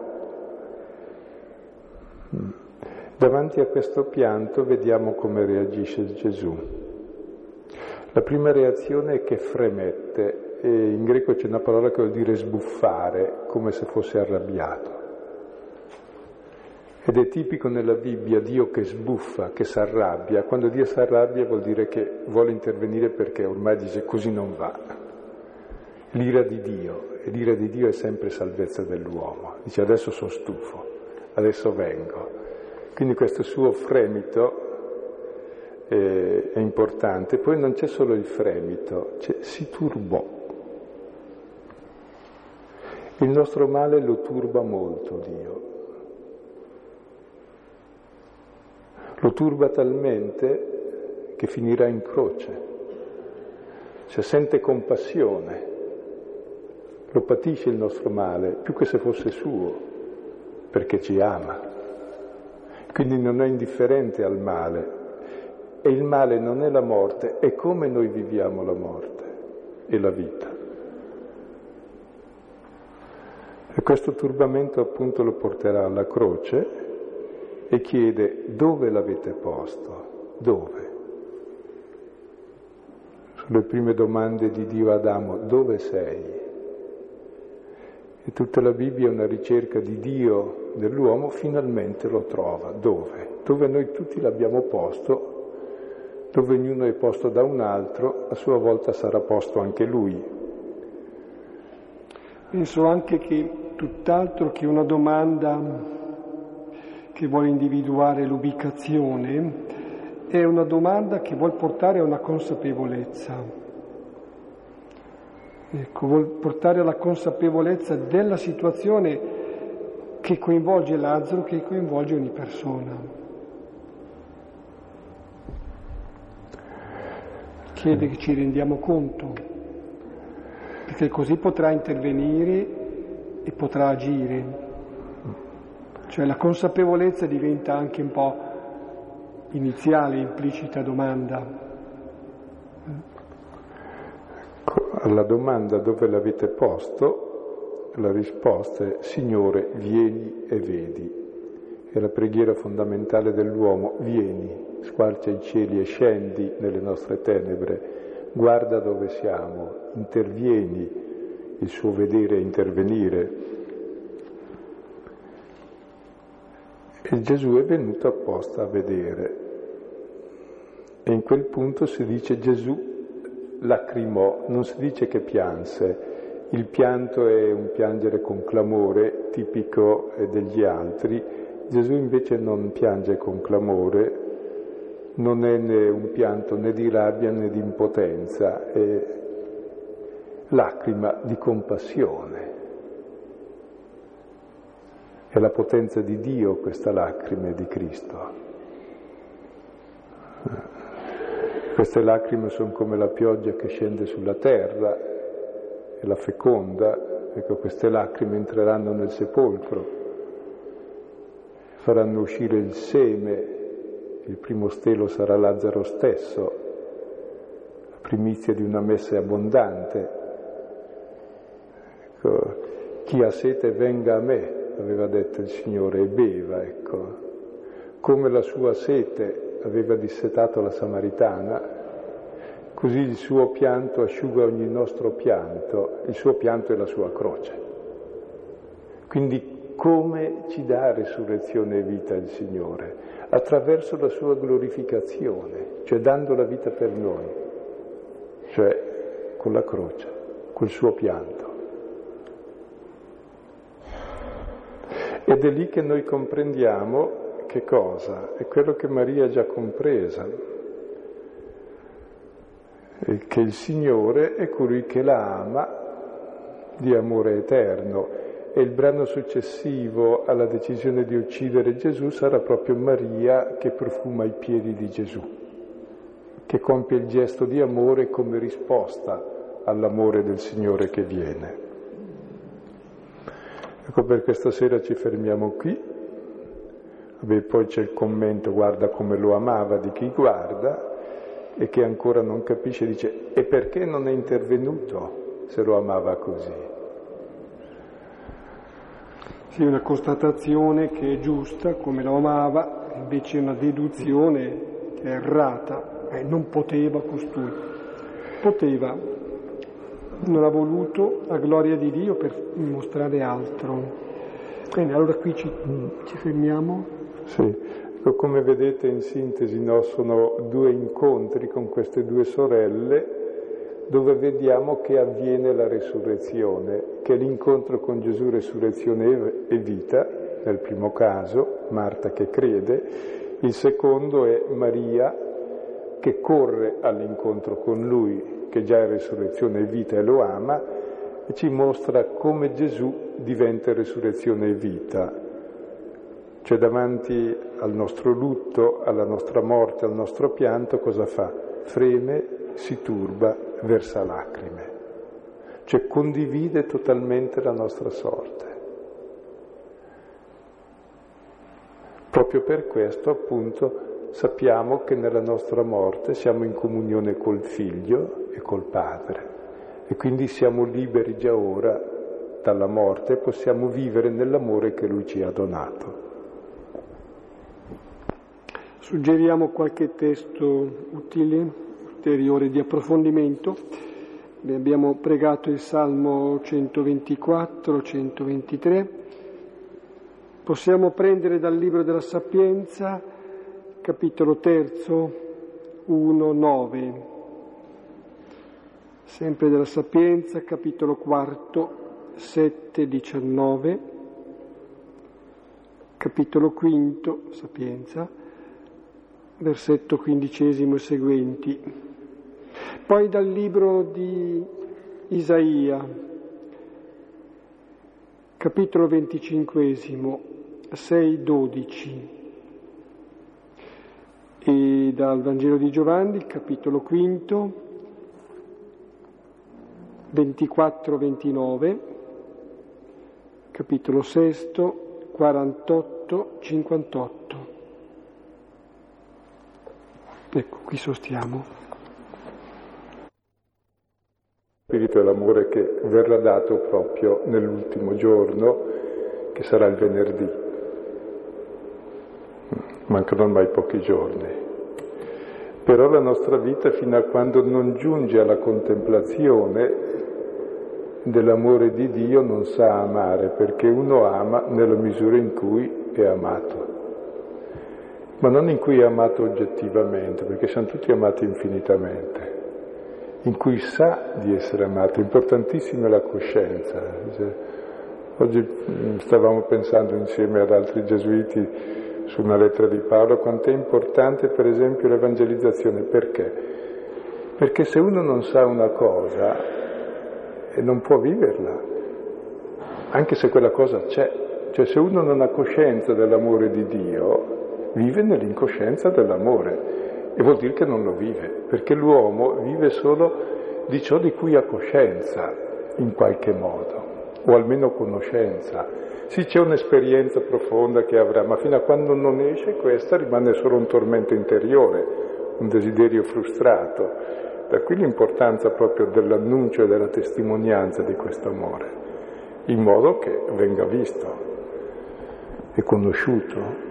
Davanti a questo pianto vediamo come reagisce Gesù. La prima reazione è che fremette, e in greco c'è una parola che vuol dire sbuffare, come se fosse arrabbiato. Ed è tipico nella Bibbia Dio che sbuffa, che si arrabbia. Quando Dio si arrabbia vuol dire che vuole intervenire, perché ormai dice: così non va. L'ira di Dio, e l'ira di Dio è sempre salvezza dell'uomo. Dice: adesso sono stufo, adesso vengo. Quindi questo suo fremito è importante. Poi non c'è solo il fremito, si turbò. Il nostro male lo turba molto Dio. Lo turba talmente che finirà in croce. Cioè sente compassione, lo patisce il nostro male, più che se fosse suo, perché ci ama. Quindi non è indifferente al male. E il male non è la morte, è come noi viviamo la morte e la vita. E questo turbamento appunto lo porterà alla croce e chiede: dove l'avete posto? Dove? Sulle prime domande di Dio ad Adamo: dove sei? E tutta la Bibbia è una ricerca di Dio nell'uomo, finalmente lo trova. Dove? Dove noi tutti l'abbiamo posto, dove ognuno è posto da un altro, a sua volta sarà posto anche lui. Penso anche che tutt'altro che una domanda che vuole individuare l'ubicazione, è una domanda che vuol portare a una consapevolezza. Ecco, vuol portare alla consapevolezza della situazione che coinvolge Lazzaro, che coinvolge ogni persona. Chiede che ci rendiamo conto, perché così potrà intervenire e potrà agire. Cioè la consapevolezza diventa anche un po' iniziale, implicita domanda. Alla domanda dove l'avete posto, la risposta è: Signore, vieni e vedi. È la preghiera fondamentale dell'uomo: vieni, squarcia i cieli e scendi nelle nostre tenebre, guarda dove siamo, intervieni, il suo vedere è intervenire. E Gesù è venuto apposta a vedere. E in quel punto si dice Gesù lacrimò, non si dice che pianse. Il pianto è un piangere con clamore, tipico degli altri. Gesù invece non piange con clamore, non è né un pianto né di rabbia né di impotenza, è lacrima di compassione. È la potenza di Dio questa lacrima di Cristo. Queste lacrime sono come la pioggia che scende sulla terra e la feconda. Ecco, queste lacrime entreranno nel sepolcro, faranno uscire il seme, il primo stelo sarà Lazzaro stesso, la primizia di una messe abbondante. Ecco, chi ha sete venga a me, aveva detto il Signore, e beva, ecco. Come la sua sete aveva dissetato la Samaritana, così il suo pianto asciuga ogni nostro pianto, il suo pianto è la sua croce. Quindi come ci dà resurrezione e vita il Signore? Attraverso la sua glorificazione, cioè dando la vita per noi, cioè con la croce, col suo pianto. Ed è lì che noi comprendiamo che cosa? È quello che Maria ha già compresa, che il Signore è colui che la ama di amore eterno, e il brano successivo alla decisione di uccidere Gesù sarà proprio Maria che profuma i piedi di Gesù, che compie il gesto di amore come risposta all'amore del Signore che viene. Ecco, per questa sera ci fermiamo qui. Poi c'è il commento: guarda come lo amava, di chi guarda, e che ancora non capisce, dice: e perché non è intervenuto se lo amava così? Sì, una constatazione che è giusta, come lo amava, invece una deduzione che è errata. Non poteva costui. Poteva, non ha voluto la gloria di Dio per mostrare altro. Bene, allora qui ci fermiamo. Sì, ecco, come vedete in sintesi sono due incontri con queste due sorelle dove vediamo che avviene la resurrezione, che è l'incontro con Gesù, resurrezione e vita, nel primo caso, Marta che crede, il secondo è Maria che corre all'incontro con Lui, che già è resurrezione e vita e lo ama, e ci mostra come Gesù diventa resurrezione e vita. Cioè davanti al nostro lutto, alla nostra morte, al nostro pianto, cosa fa? Freme, si turba, versa lacrime. Cioè condivide totalmente la nostra sorte. Proprio per questo, appunto, sappiamo che nella nostra morte siamo in comunione col Figlio e col Padre e quindi siamo liberi già ora dalla morte e possiamo vivere nell'amore che Lui ci ha donato. Suggeriamo qualche testo utile, ulteriore di approfondimento. Vi abbiamo pregato il Salmo 124, 123. Possiamo prendere dal Libro della Sapienza, capitolo 3, 1, 9. Sempre della Sapienza, capitolo 4, 7, 19. Capitolo 5, Sapienza, versetto 15 e seguenti. Poi dal libro di Isaia, capitolo 25, 6, 12. E dal Vangelo di Giovanni, capitolo 5, 24, 29, capitolo 6, 48, 58. Ecco, qui sostiamo. Spirito e l'amore che verrà dato proprio nell'ultimo giorno, che sarà il venerdì. Mancano ormai pochi giorni. Però la nostra vita, fino a quando non giunge alla contemplazione dell'amore di Dio, non sa amare, perché uno ama nella misura in cui è amato. Ma non in cui è amato oggettivamente, perché siamo tutti amati infinitamente, in cui sa di essere amato. Importantissima è la coscienza. Oggi stavamo pensando insieme ad altri gesuiti su una lettera di Paolo quanto è importante per esempio l'evangelizzazione. Perché? Perché se uno non sa una cosa non può viverla, anche se quella cosa c'è. Cioè se uno non ha coscienza dell'amore di Dio, vive nell'incoscienza dell'amore e vuol dire che non lo vive, perché l'uomo vive solo di ciò di cui ha coscienza in qualche modo, o almeno conoscenza. Sì, c'è un'esperienza profonda che avrà, ma fino a quando non esce questa rimane solo un tormento interiore, un desiderio frustrato. Da qui l'importanza proprio dell'annuncio e della testimonianza di questo amore, in modo che venga visto e conosciuto.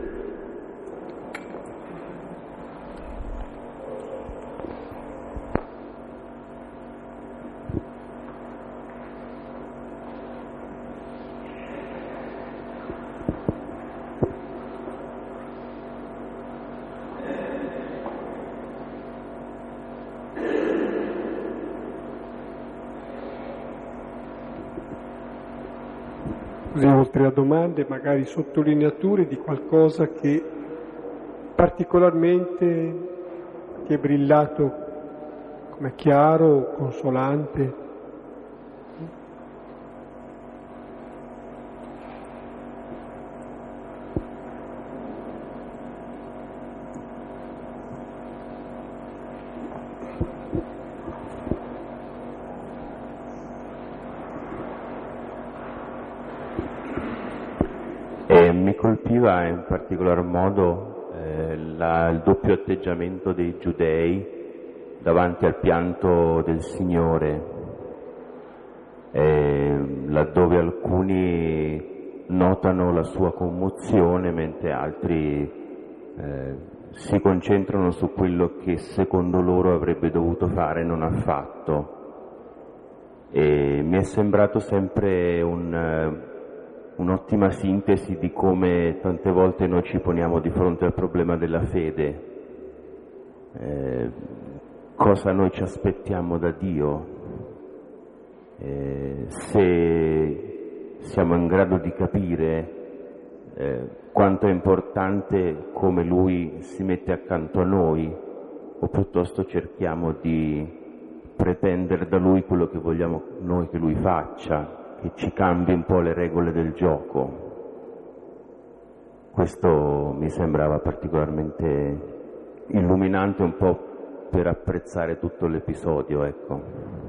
Così, oltre a domande, magari sottolineature di qualcosa che particolarmente ti è brillato come chiaro, consolante. Mi colpiva in particolar modo il doppio atteggiamento dei giudei davanti al pianto del Signore, laddove alcuni notano la sua commozione mentre altri si concentrano su quello che secondo loro avrebbe dovuto fare e non ha fatto. E mi è sembrato sempre un'ottima sintesi di come tante volte noi ci poniamo di fronte al problema della fede. Cosa noi ci aspettiamo da Dio? Se siamo in grado di capire quanto è importante come Lui si mette accanto a noi o piuttosto cerchiamo di pretendere da Lui quello che vogliamo noi che Lui faccia, che ci cambi un po' le regole del gioco. Questo mi sembrava particolarmente illuminante un po' per apprezzare tutto l'episodio, ecco.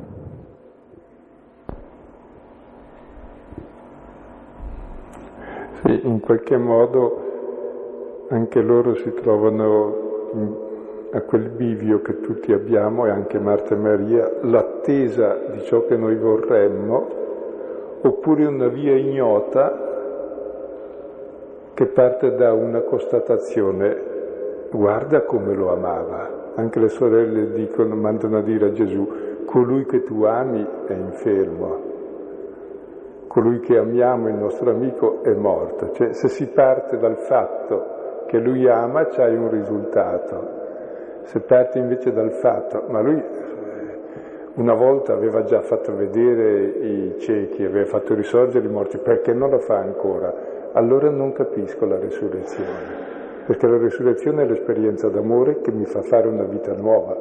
Sì, in qualche modo anche loro si trovano a quel bivio che tutti abbiamo, e anche Marta e Maria, l'attesa di ciò che noi vorremmo, oppure una via ignota che parte da una constatazione: guarda come lo amava. Anche le sorelle mandano a dire a Gesù: colui che tu ami è infermo, colui che amiamo, il nostro amico, è morto. Cioè, se si parte dal fatto che lui ama, c'hai un risultato. Se parti invece dal fatto, ma lui una volta aveva già fatto vedere i ciechi, aveva fatto risorgere i morti, perché non lo fa ancora? Allora non capisco la resurrezione, perché la resurrezione è l'esperienza d'amore che mi fa fare una vita nuova.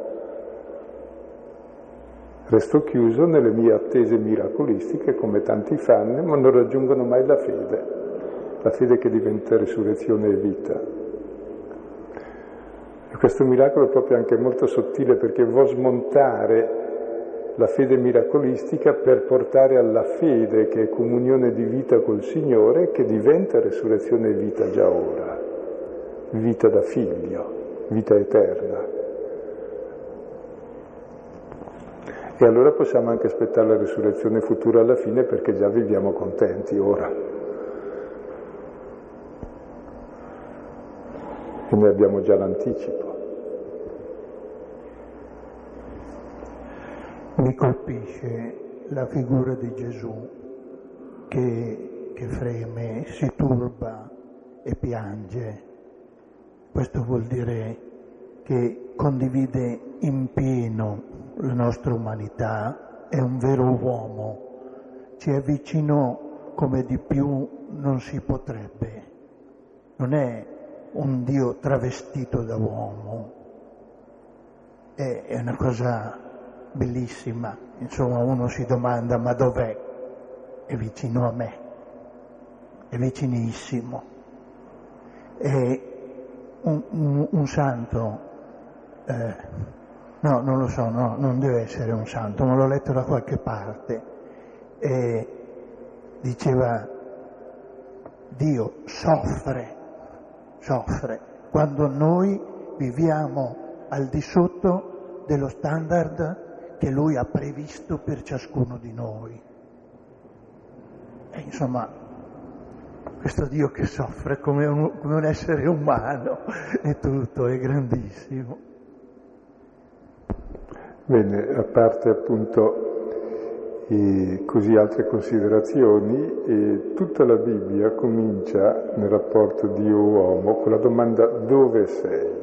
Resto chiuso nelle mie attese miracolistiche, come tanti fanno, ma non raggiungono mai la fede che diventa resurrezione e vita. E questo miracolo è proprio anche molto sottile, perché vuol smontare la fede miracolistica per portare alla fede che è comunione di vita col Signore, che diventa resurrezione e vita già ora, vita da figlio, vita eterna. E allora possiamo anche aspettare la risurrezione futura alla fine, perché già viviamo contenti ora. E noi abbiamo già l'anticipo. Mi colpisce la figura di Gesù che freme, si turba e piange. Questo vuol dire che condivide in pieno la nostra umanità, è un vero uomo, ci è vicino come di più non si potrebbe. Non è un Dio travestito da uomo, è una cosa bellissima. Insomma, uno si domanda: ma dov'è? È vicino a me, è vicinissimo. È un santo, no, non lo so, no, non deve essere un santo, ma l'ho letto da qualche parte, e diceva: Dio soffre quando noi viviamo al di sotto dello standard che Lui ha previsto per ciascuno di noi. E insomma, questo Dio che soffre come un essere umano è tutto, è grandissimo. Bene, a parte appunto così altre considerazioni, tutta la Bibbia comincia nel rapporto Dio-uomo con la domanda: dove sei?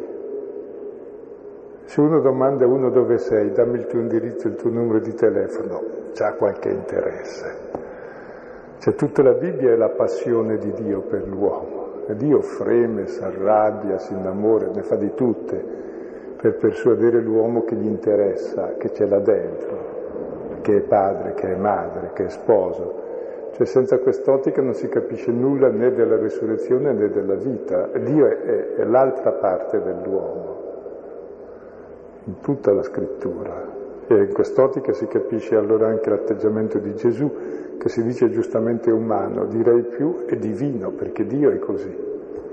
Se uno domanda a uno dove sei, dammi il tuo indirizzo, il tuo numero di telefono, c'ha qualche interesse. Cioè, tutta la Bibbia è la passione di Dio per l'uomo. E Dio freme, si arrabbia, si innamora, ne fa di tutte per persuadere l'uomo che gli interessa, che c'è là dentro, che è padre, che è madre, che è sposo. Cioè, senza quest'ottica non si capisce nulla né della risurrezione né della vita. Dio è l'altra parte dell'uomo, in tutta la scrittura. E in quest'ottica si capisce allora anche l'atteggiamento di Gesù, che si dice giustamente umano, direi più è divino, perché Dio è così.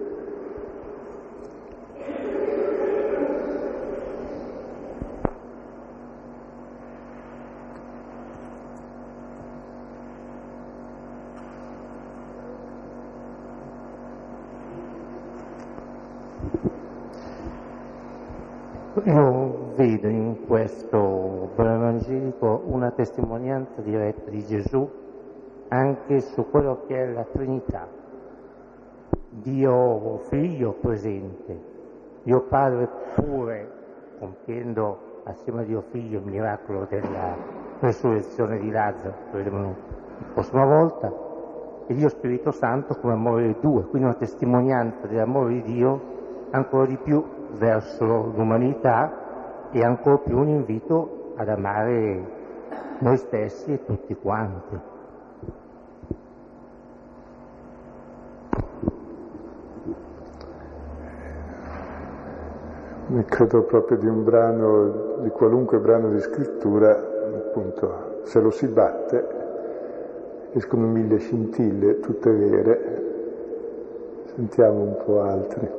Io vedo in questo brano evangelico una testimonianza diretta di Gesù anche su quello che è la Trinità. Dio Figlio presente, Dio Padre pure compiendo assieme a Dio Figlio il miracolo della resurrezione di Lazzaro, che vedremo la prossima volta, e Dio Spirito Santo come amore dei due, quindi una testimonianza dell'amore di Dio ancora di più verso l'umanità e ancor più un invito ad amare noi stessi e tutti quanti. Credo proprio di un brano, di qualunque brano di scrittura, appunto, se lo si batte, escono 1000 scintille, tutte vere. Sentiamo un po' altri.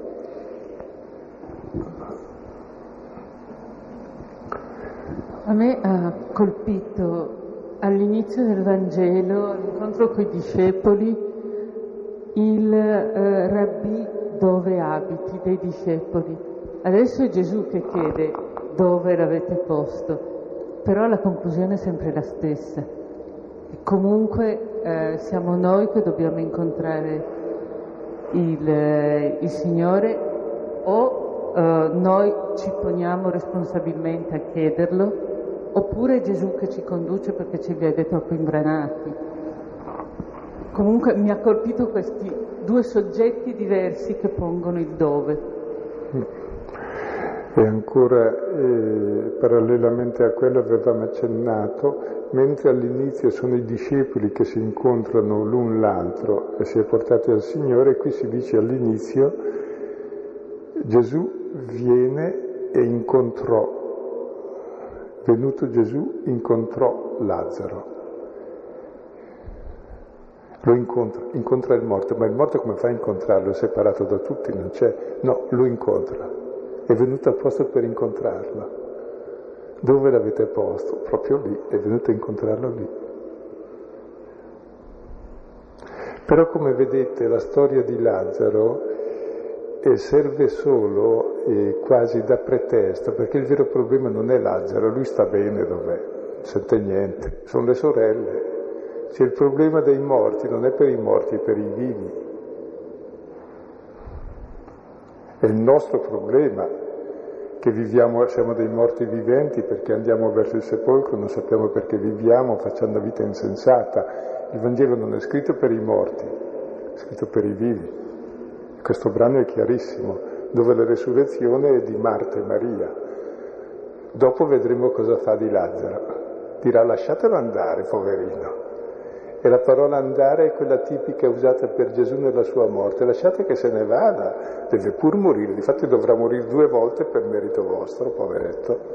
A me ha colpito all'inizio del Vangelo, all'incontro con i discepoli, il rabbì dove abiti dei discepoli. Adesso è Gesù che chiede dove l'avete posto, però la conclusione è sempre la stessa. E comunque siamo noi che dobbiamo incontrare il Signore, o noi ci poniamo responsabilmente a chiederlo, oppure è Gesù che ci conduce perché ci vede troppo imbranati. Comunque mi ha colpito questi due soggetti diversi che pongono il dove. E ancora, parallelamente a quello avevamo accennato, mentre all'inizio sono i discepoli che si incontrano l'un l'altro e si è portati al Signore, qui si dice all'inizio Gesù viene e incontrò, venuto Gesù incontrò Lazzaro. Lo incontra il morto, ma il morto come fa a incontrarlo? È separato da tutti, non c'è, no, lo incontra. È venuto apposta per incontrarlo. Dove l'avete posto? Proprio lì, è venuto a incontrarlo lì. Però come vedete la storia di Lazzaro serve solo quasi da pretesto, perché il vero problema non è Lazzaro, lui sta bene dov'è, non sente niente, sono le sorelle. C'è il problema dei morti, non è per i morti, è per i vivi. È il nostro problema che viviamo, siamo dei morti viventi perché andiamo verso il sepolcro, non sappiamo perché viviamo, facciamo una vita insensata. Il Vangelo non è scritto per i morti, è scritto per i vivi. Questo brano è chiarissimo, dove la resurrezione è di Marta e Maria. Dopo vedremo cosa fa di Lazzaro. Dirà lasciatelo andare, poverino. E la parola andare è quella tipica usata per Gesù nella sua morte. Lasciate che se ne vada, deve pur morire. Difatti dovrà morire 2 volte per merito vostro, poveretto.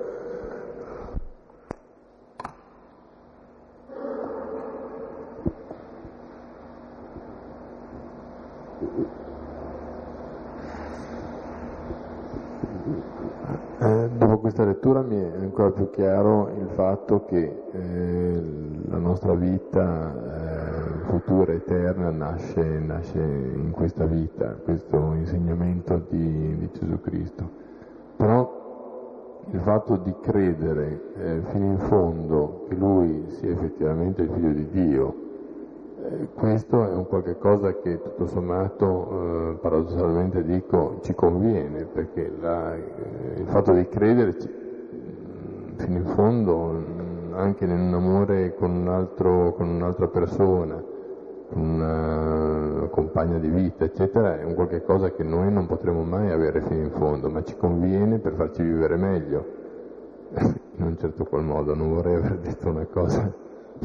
Dopo questa lettura mi è ancora più chiaro il fatto che la nostra vita futura, eterna, nasce in questa vita, questo insegnamento di Gesù Cristo. Però il fatto di credere fino in fondo che Lui sia effettivamente il Figlio di Dio, questo è un qualche cosa che tutto sommato, paradossalmente dico, ci conviene, perché il fatto di credere fino in fondo, anche in un amore con un'altra persona, con una compagna di vita, eccetera, è un qualche cosa che noi non potremo mai avere fino in fondo, ma ci conviene per farci vivere meglio, in un certo qual modo. Non vorrei aver detto una cosa.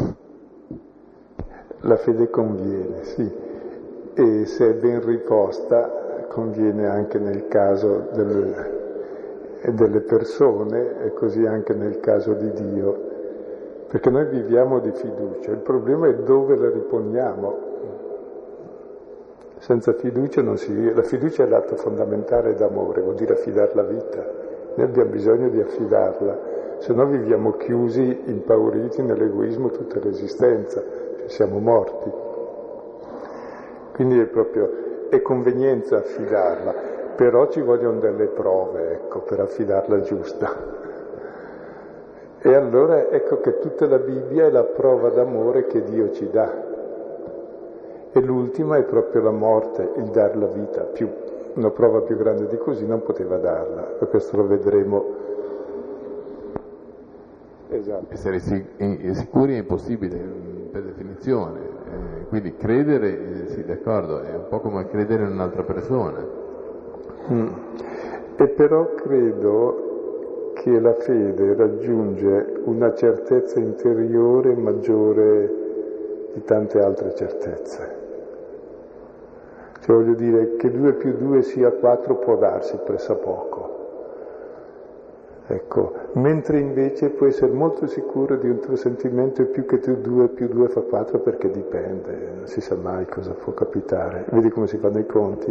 La fede conviene, sì, e se è ben riposta conviene anche nel caso delle persone e così anche nel caso di Dio, perché noi viviamo di fiducia, il problema è dove la riponiamo. Senza fiducia non si vive, la fiducia è l'atto fondamentale d'amore, vuol dire affidare la vita, noi abbiamo bisogno di affidarla, se no viviamo chiusi, impauriti nell'egoismo tutta l'esistenza. Siamo morti. Quindi è convenienza affidarla, però ci vogliono delle prove, ecco, per affidarla giusta. E allora ecco che tutta la Bibbia è la prova d'amore che Dio ci dà. E l'ultima è proprio la morte, il dar la vita. Una prova più grande di così non poteva darla, e questo lo vedremo. Esatto. Essere sicuri è impossibile per definizione, quindi credere, sì, d'accordo, è un po' come credere in un'altra persona. E però credo che la fede raggiunge una certezza interiore maggiore di tante altre certezze. Cioè voglio dire che 2 più 2 sia 4 può darsi pressappoco. Ecco, mentre invece puoi essere molto sicuro di un tuo sentimento più che 2 più 2 fa 4 perché dipende, non si sa mai cosa può capitare. Vedi come si fanno i conti?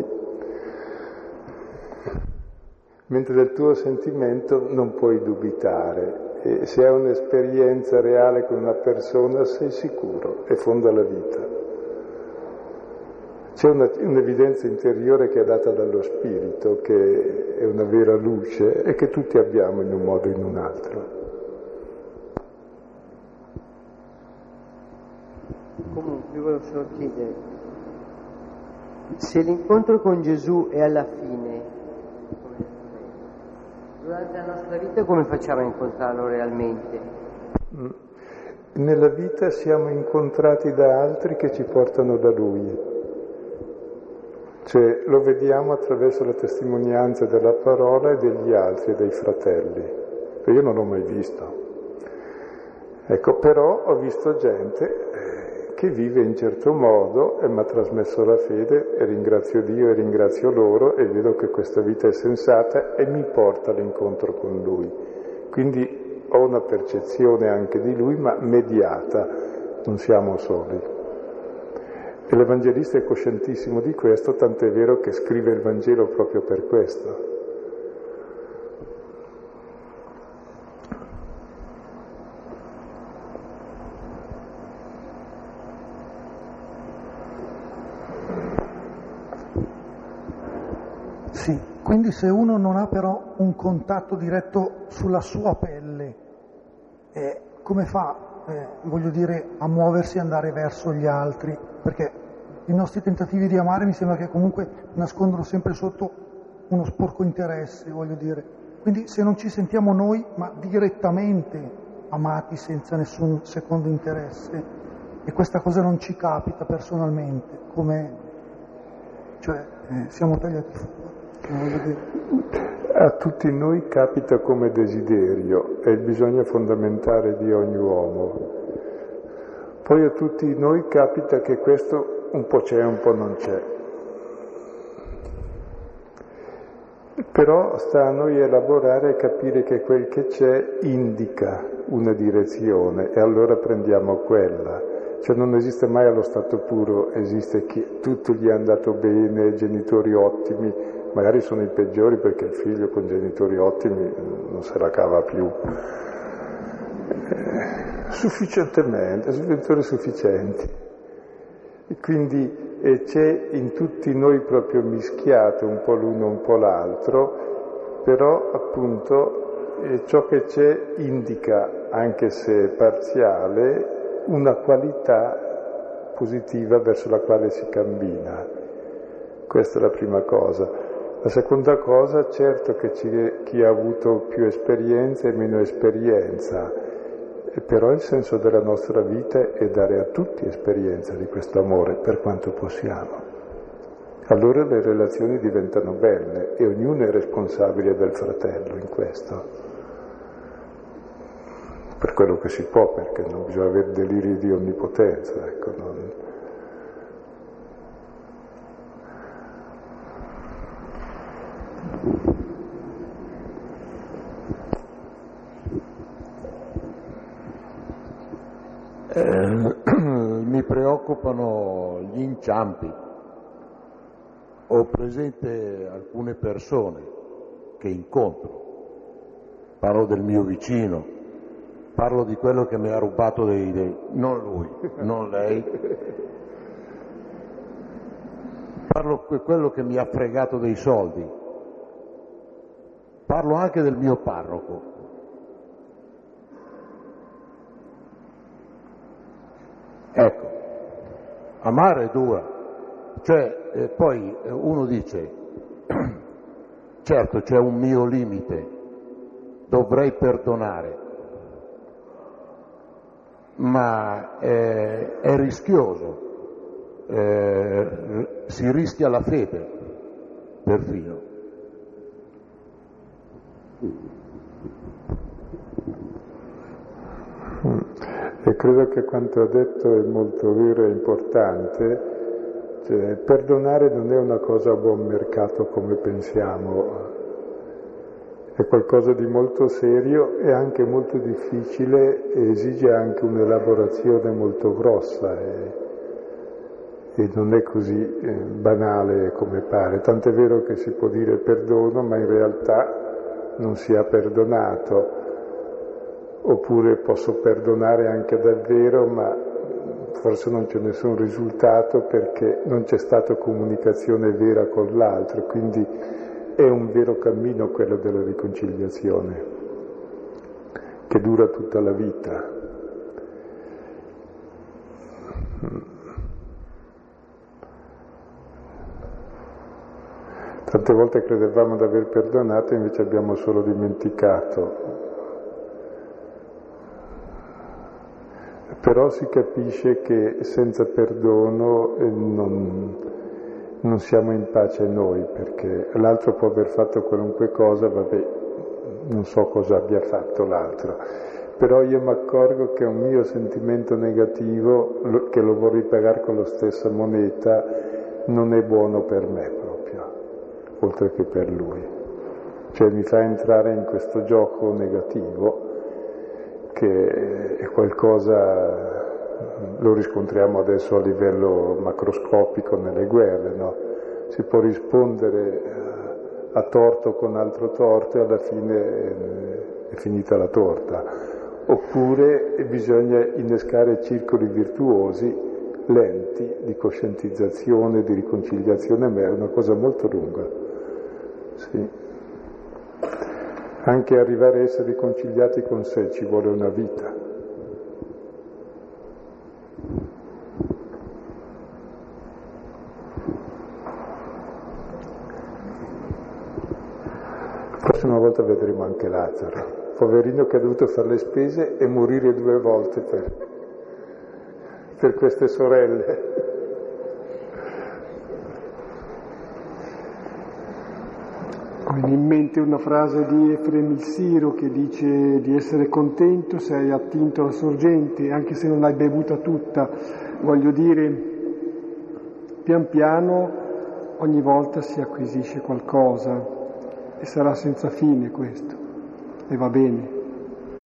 Mentre del tuo sentimento non puoi dubitare e se hai un'esperienza reale con una persona sei sicuro e fonda la vita. C'è un'evidenza interiore che è data dallo spirito, che è una vera luce e che tutti abbiamo in un modo o in un altro. Comunque, io volevo solo chiedere, se l'incontro con Gesù è alla fine, durante la nostra vita come facciamo a incontrarlo realmente? Nella vita siamo incontrati da altri che ci portano da Lui. Cioè lo vediamo attraverso la testimonianza della parola e degli altri, dei fratelli. E io non l'ho mai visto. Ecco, però ho visto gente che vive in certo modo e mi ha trasmesso la fede e ringrazio Dio e ringrazio loro e vedo che questa vita è sensata e mi porta all'incontro con Lui. Quindi ho una percezione anche di Lui, ma mediata, non siamo soli. E l'Evangelista è coscientissimo di questo, tant'è vero che scrive il Vangelo proprio per questo. Sì, quindi se uno non ha però un contatto diretto sulla sua pelle, come fa, voglio dire, a muoversi e andare verso gli altri? Perché i nostri tentativi di amare mi sembra che comunque nascondono sempre sotto uno sporco interesse, voglio dire. Quindi se non ci sentiamo noi, ma direttamente amati senza nessun secondo interesse, e questa cosa non ci capita personalmente, siamo tagliati fuori, voglio dire. A tutti noi capita come desiderio, è il bisogno fondamentale di ogni uomo. Poi a tutti noi capita che questo un po' c'è, un po' non c'è. Però sta a noi elaborare e capire che quel che c'è indica una direzione e allora prendiamo quella. Cioè non esiste mai allo stato puro, esiste chi tutto gli è andato bene, genitori ottimi, magari sono i peggiori perché il figlio con genitori ottimi non se la cava più. Sufficientemente, genitori sufficienti. E quindi c'è in tutti noi proprio mischiato un po' l'uno un po' l'altro, però appunto ciò che c'è indica, anche se parziale, una qualità positiva verso la quale si cammina. Questa è la prima cosa. La seconda cosa, certo che c'è chi ha avuto più esperienza e meno esperienza, però il senso della nostra vita è dare a tutti esperienza di questo amore per quanto possiamo. Allora le relazioni diventano belle e ognuno è responsabile del fratello in questo. Per quello che si può, perché non bisogna avere deliri di onnipotenza, ecco, Mi preoccupano gli inciampi. Ho presente alcune persone che incontro, parlo del mio vicino, parlo di quello che mi ha rubato non lui, non lei, parlo di quello che mi ha fregato dei soldi, parlo anche del mio parroco. Ecco, amare è dura, cioè poi uno dice, certo c'è un mio limite, dovrei perdonare, ma è rischioso, si rischia la fede, perfino. E credo che quanto ha detto è molto vero e importante. Cioè, perdonare non è una cosa a buon mercato come pensiamo, è qualcosa di molto serio e anche molto difficile e esige anche un'elaborazione molto grossa e non è così banale come pare. Tant'è vero che si può dire perdono, ma in realtà non si ha perdonato. Oppure posso perdonare anche davvero, ma forse non c'è nessun risultato perché non c'è stata comunicazione vera con l'altro, quindi è un vero cammino quello della riconciliazione, che dura tutta la vita. Tante volte credevamo di aver perdonato, invece abbiamo solo dimenticato. Però si capisce che senza perdono non siamo in pace noi, perché l'altro può aver fatto qualunque cosa, vabbè, non so cosa abbia fatto l'altro, però io mi accorgo che un mio sentimento negativo, che lo vorrei pagare con la stessa moneta, non è buono per me proprio, oltre che per lui. Cioè mi fa entrare in questo gioco negativo, che è qualcosa, lo riscontriamo adesso a livello macroscopico nelle guerre, no? Si può rispondere a torto con altro torto e alla fine è finita la torta. Oppure bisogna innescare circoli virtuosi, lenti, di coscientizzazione, di riconciliazione, ma è una cosa molto lunga. Sì. Anche arrivare a essere riconciliati con sé ci vuole una vita. La prossima volta vedremo anche Lazzaro, poverino che ha dovuto fare le spese e morire 2 volte per queste sorelle. Mi viene in mente una frase di Efrem il Siro che dice di essere contento se hai attinto la sorgente, anche se non l'hai bevuta tutta. Voglio dire, pian piano ogni volta si acquisisce qualcosa e sarà senza fine questo, e va bene.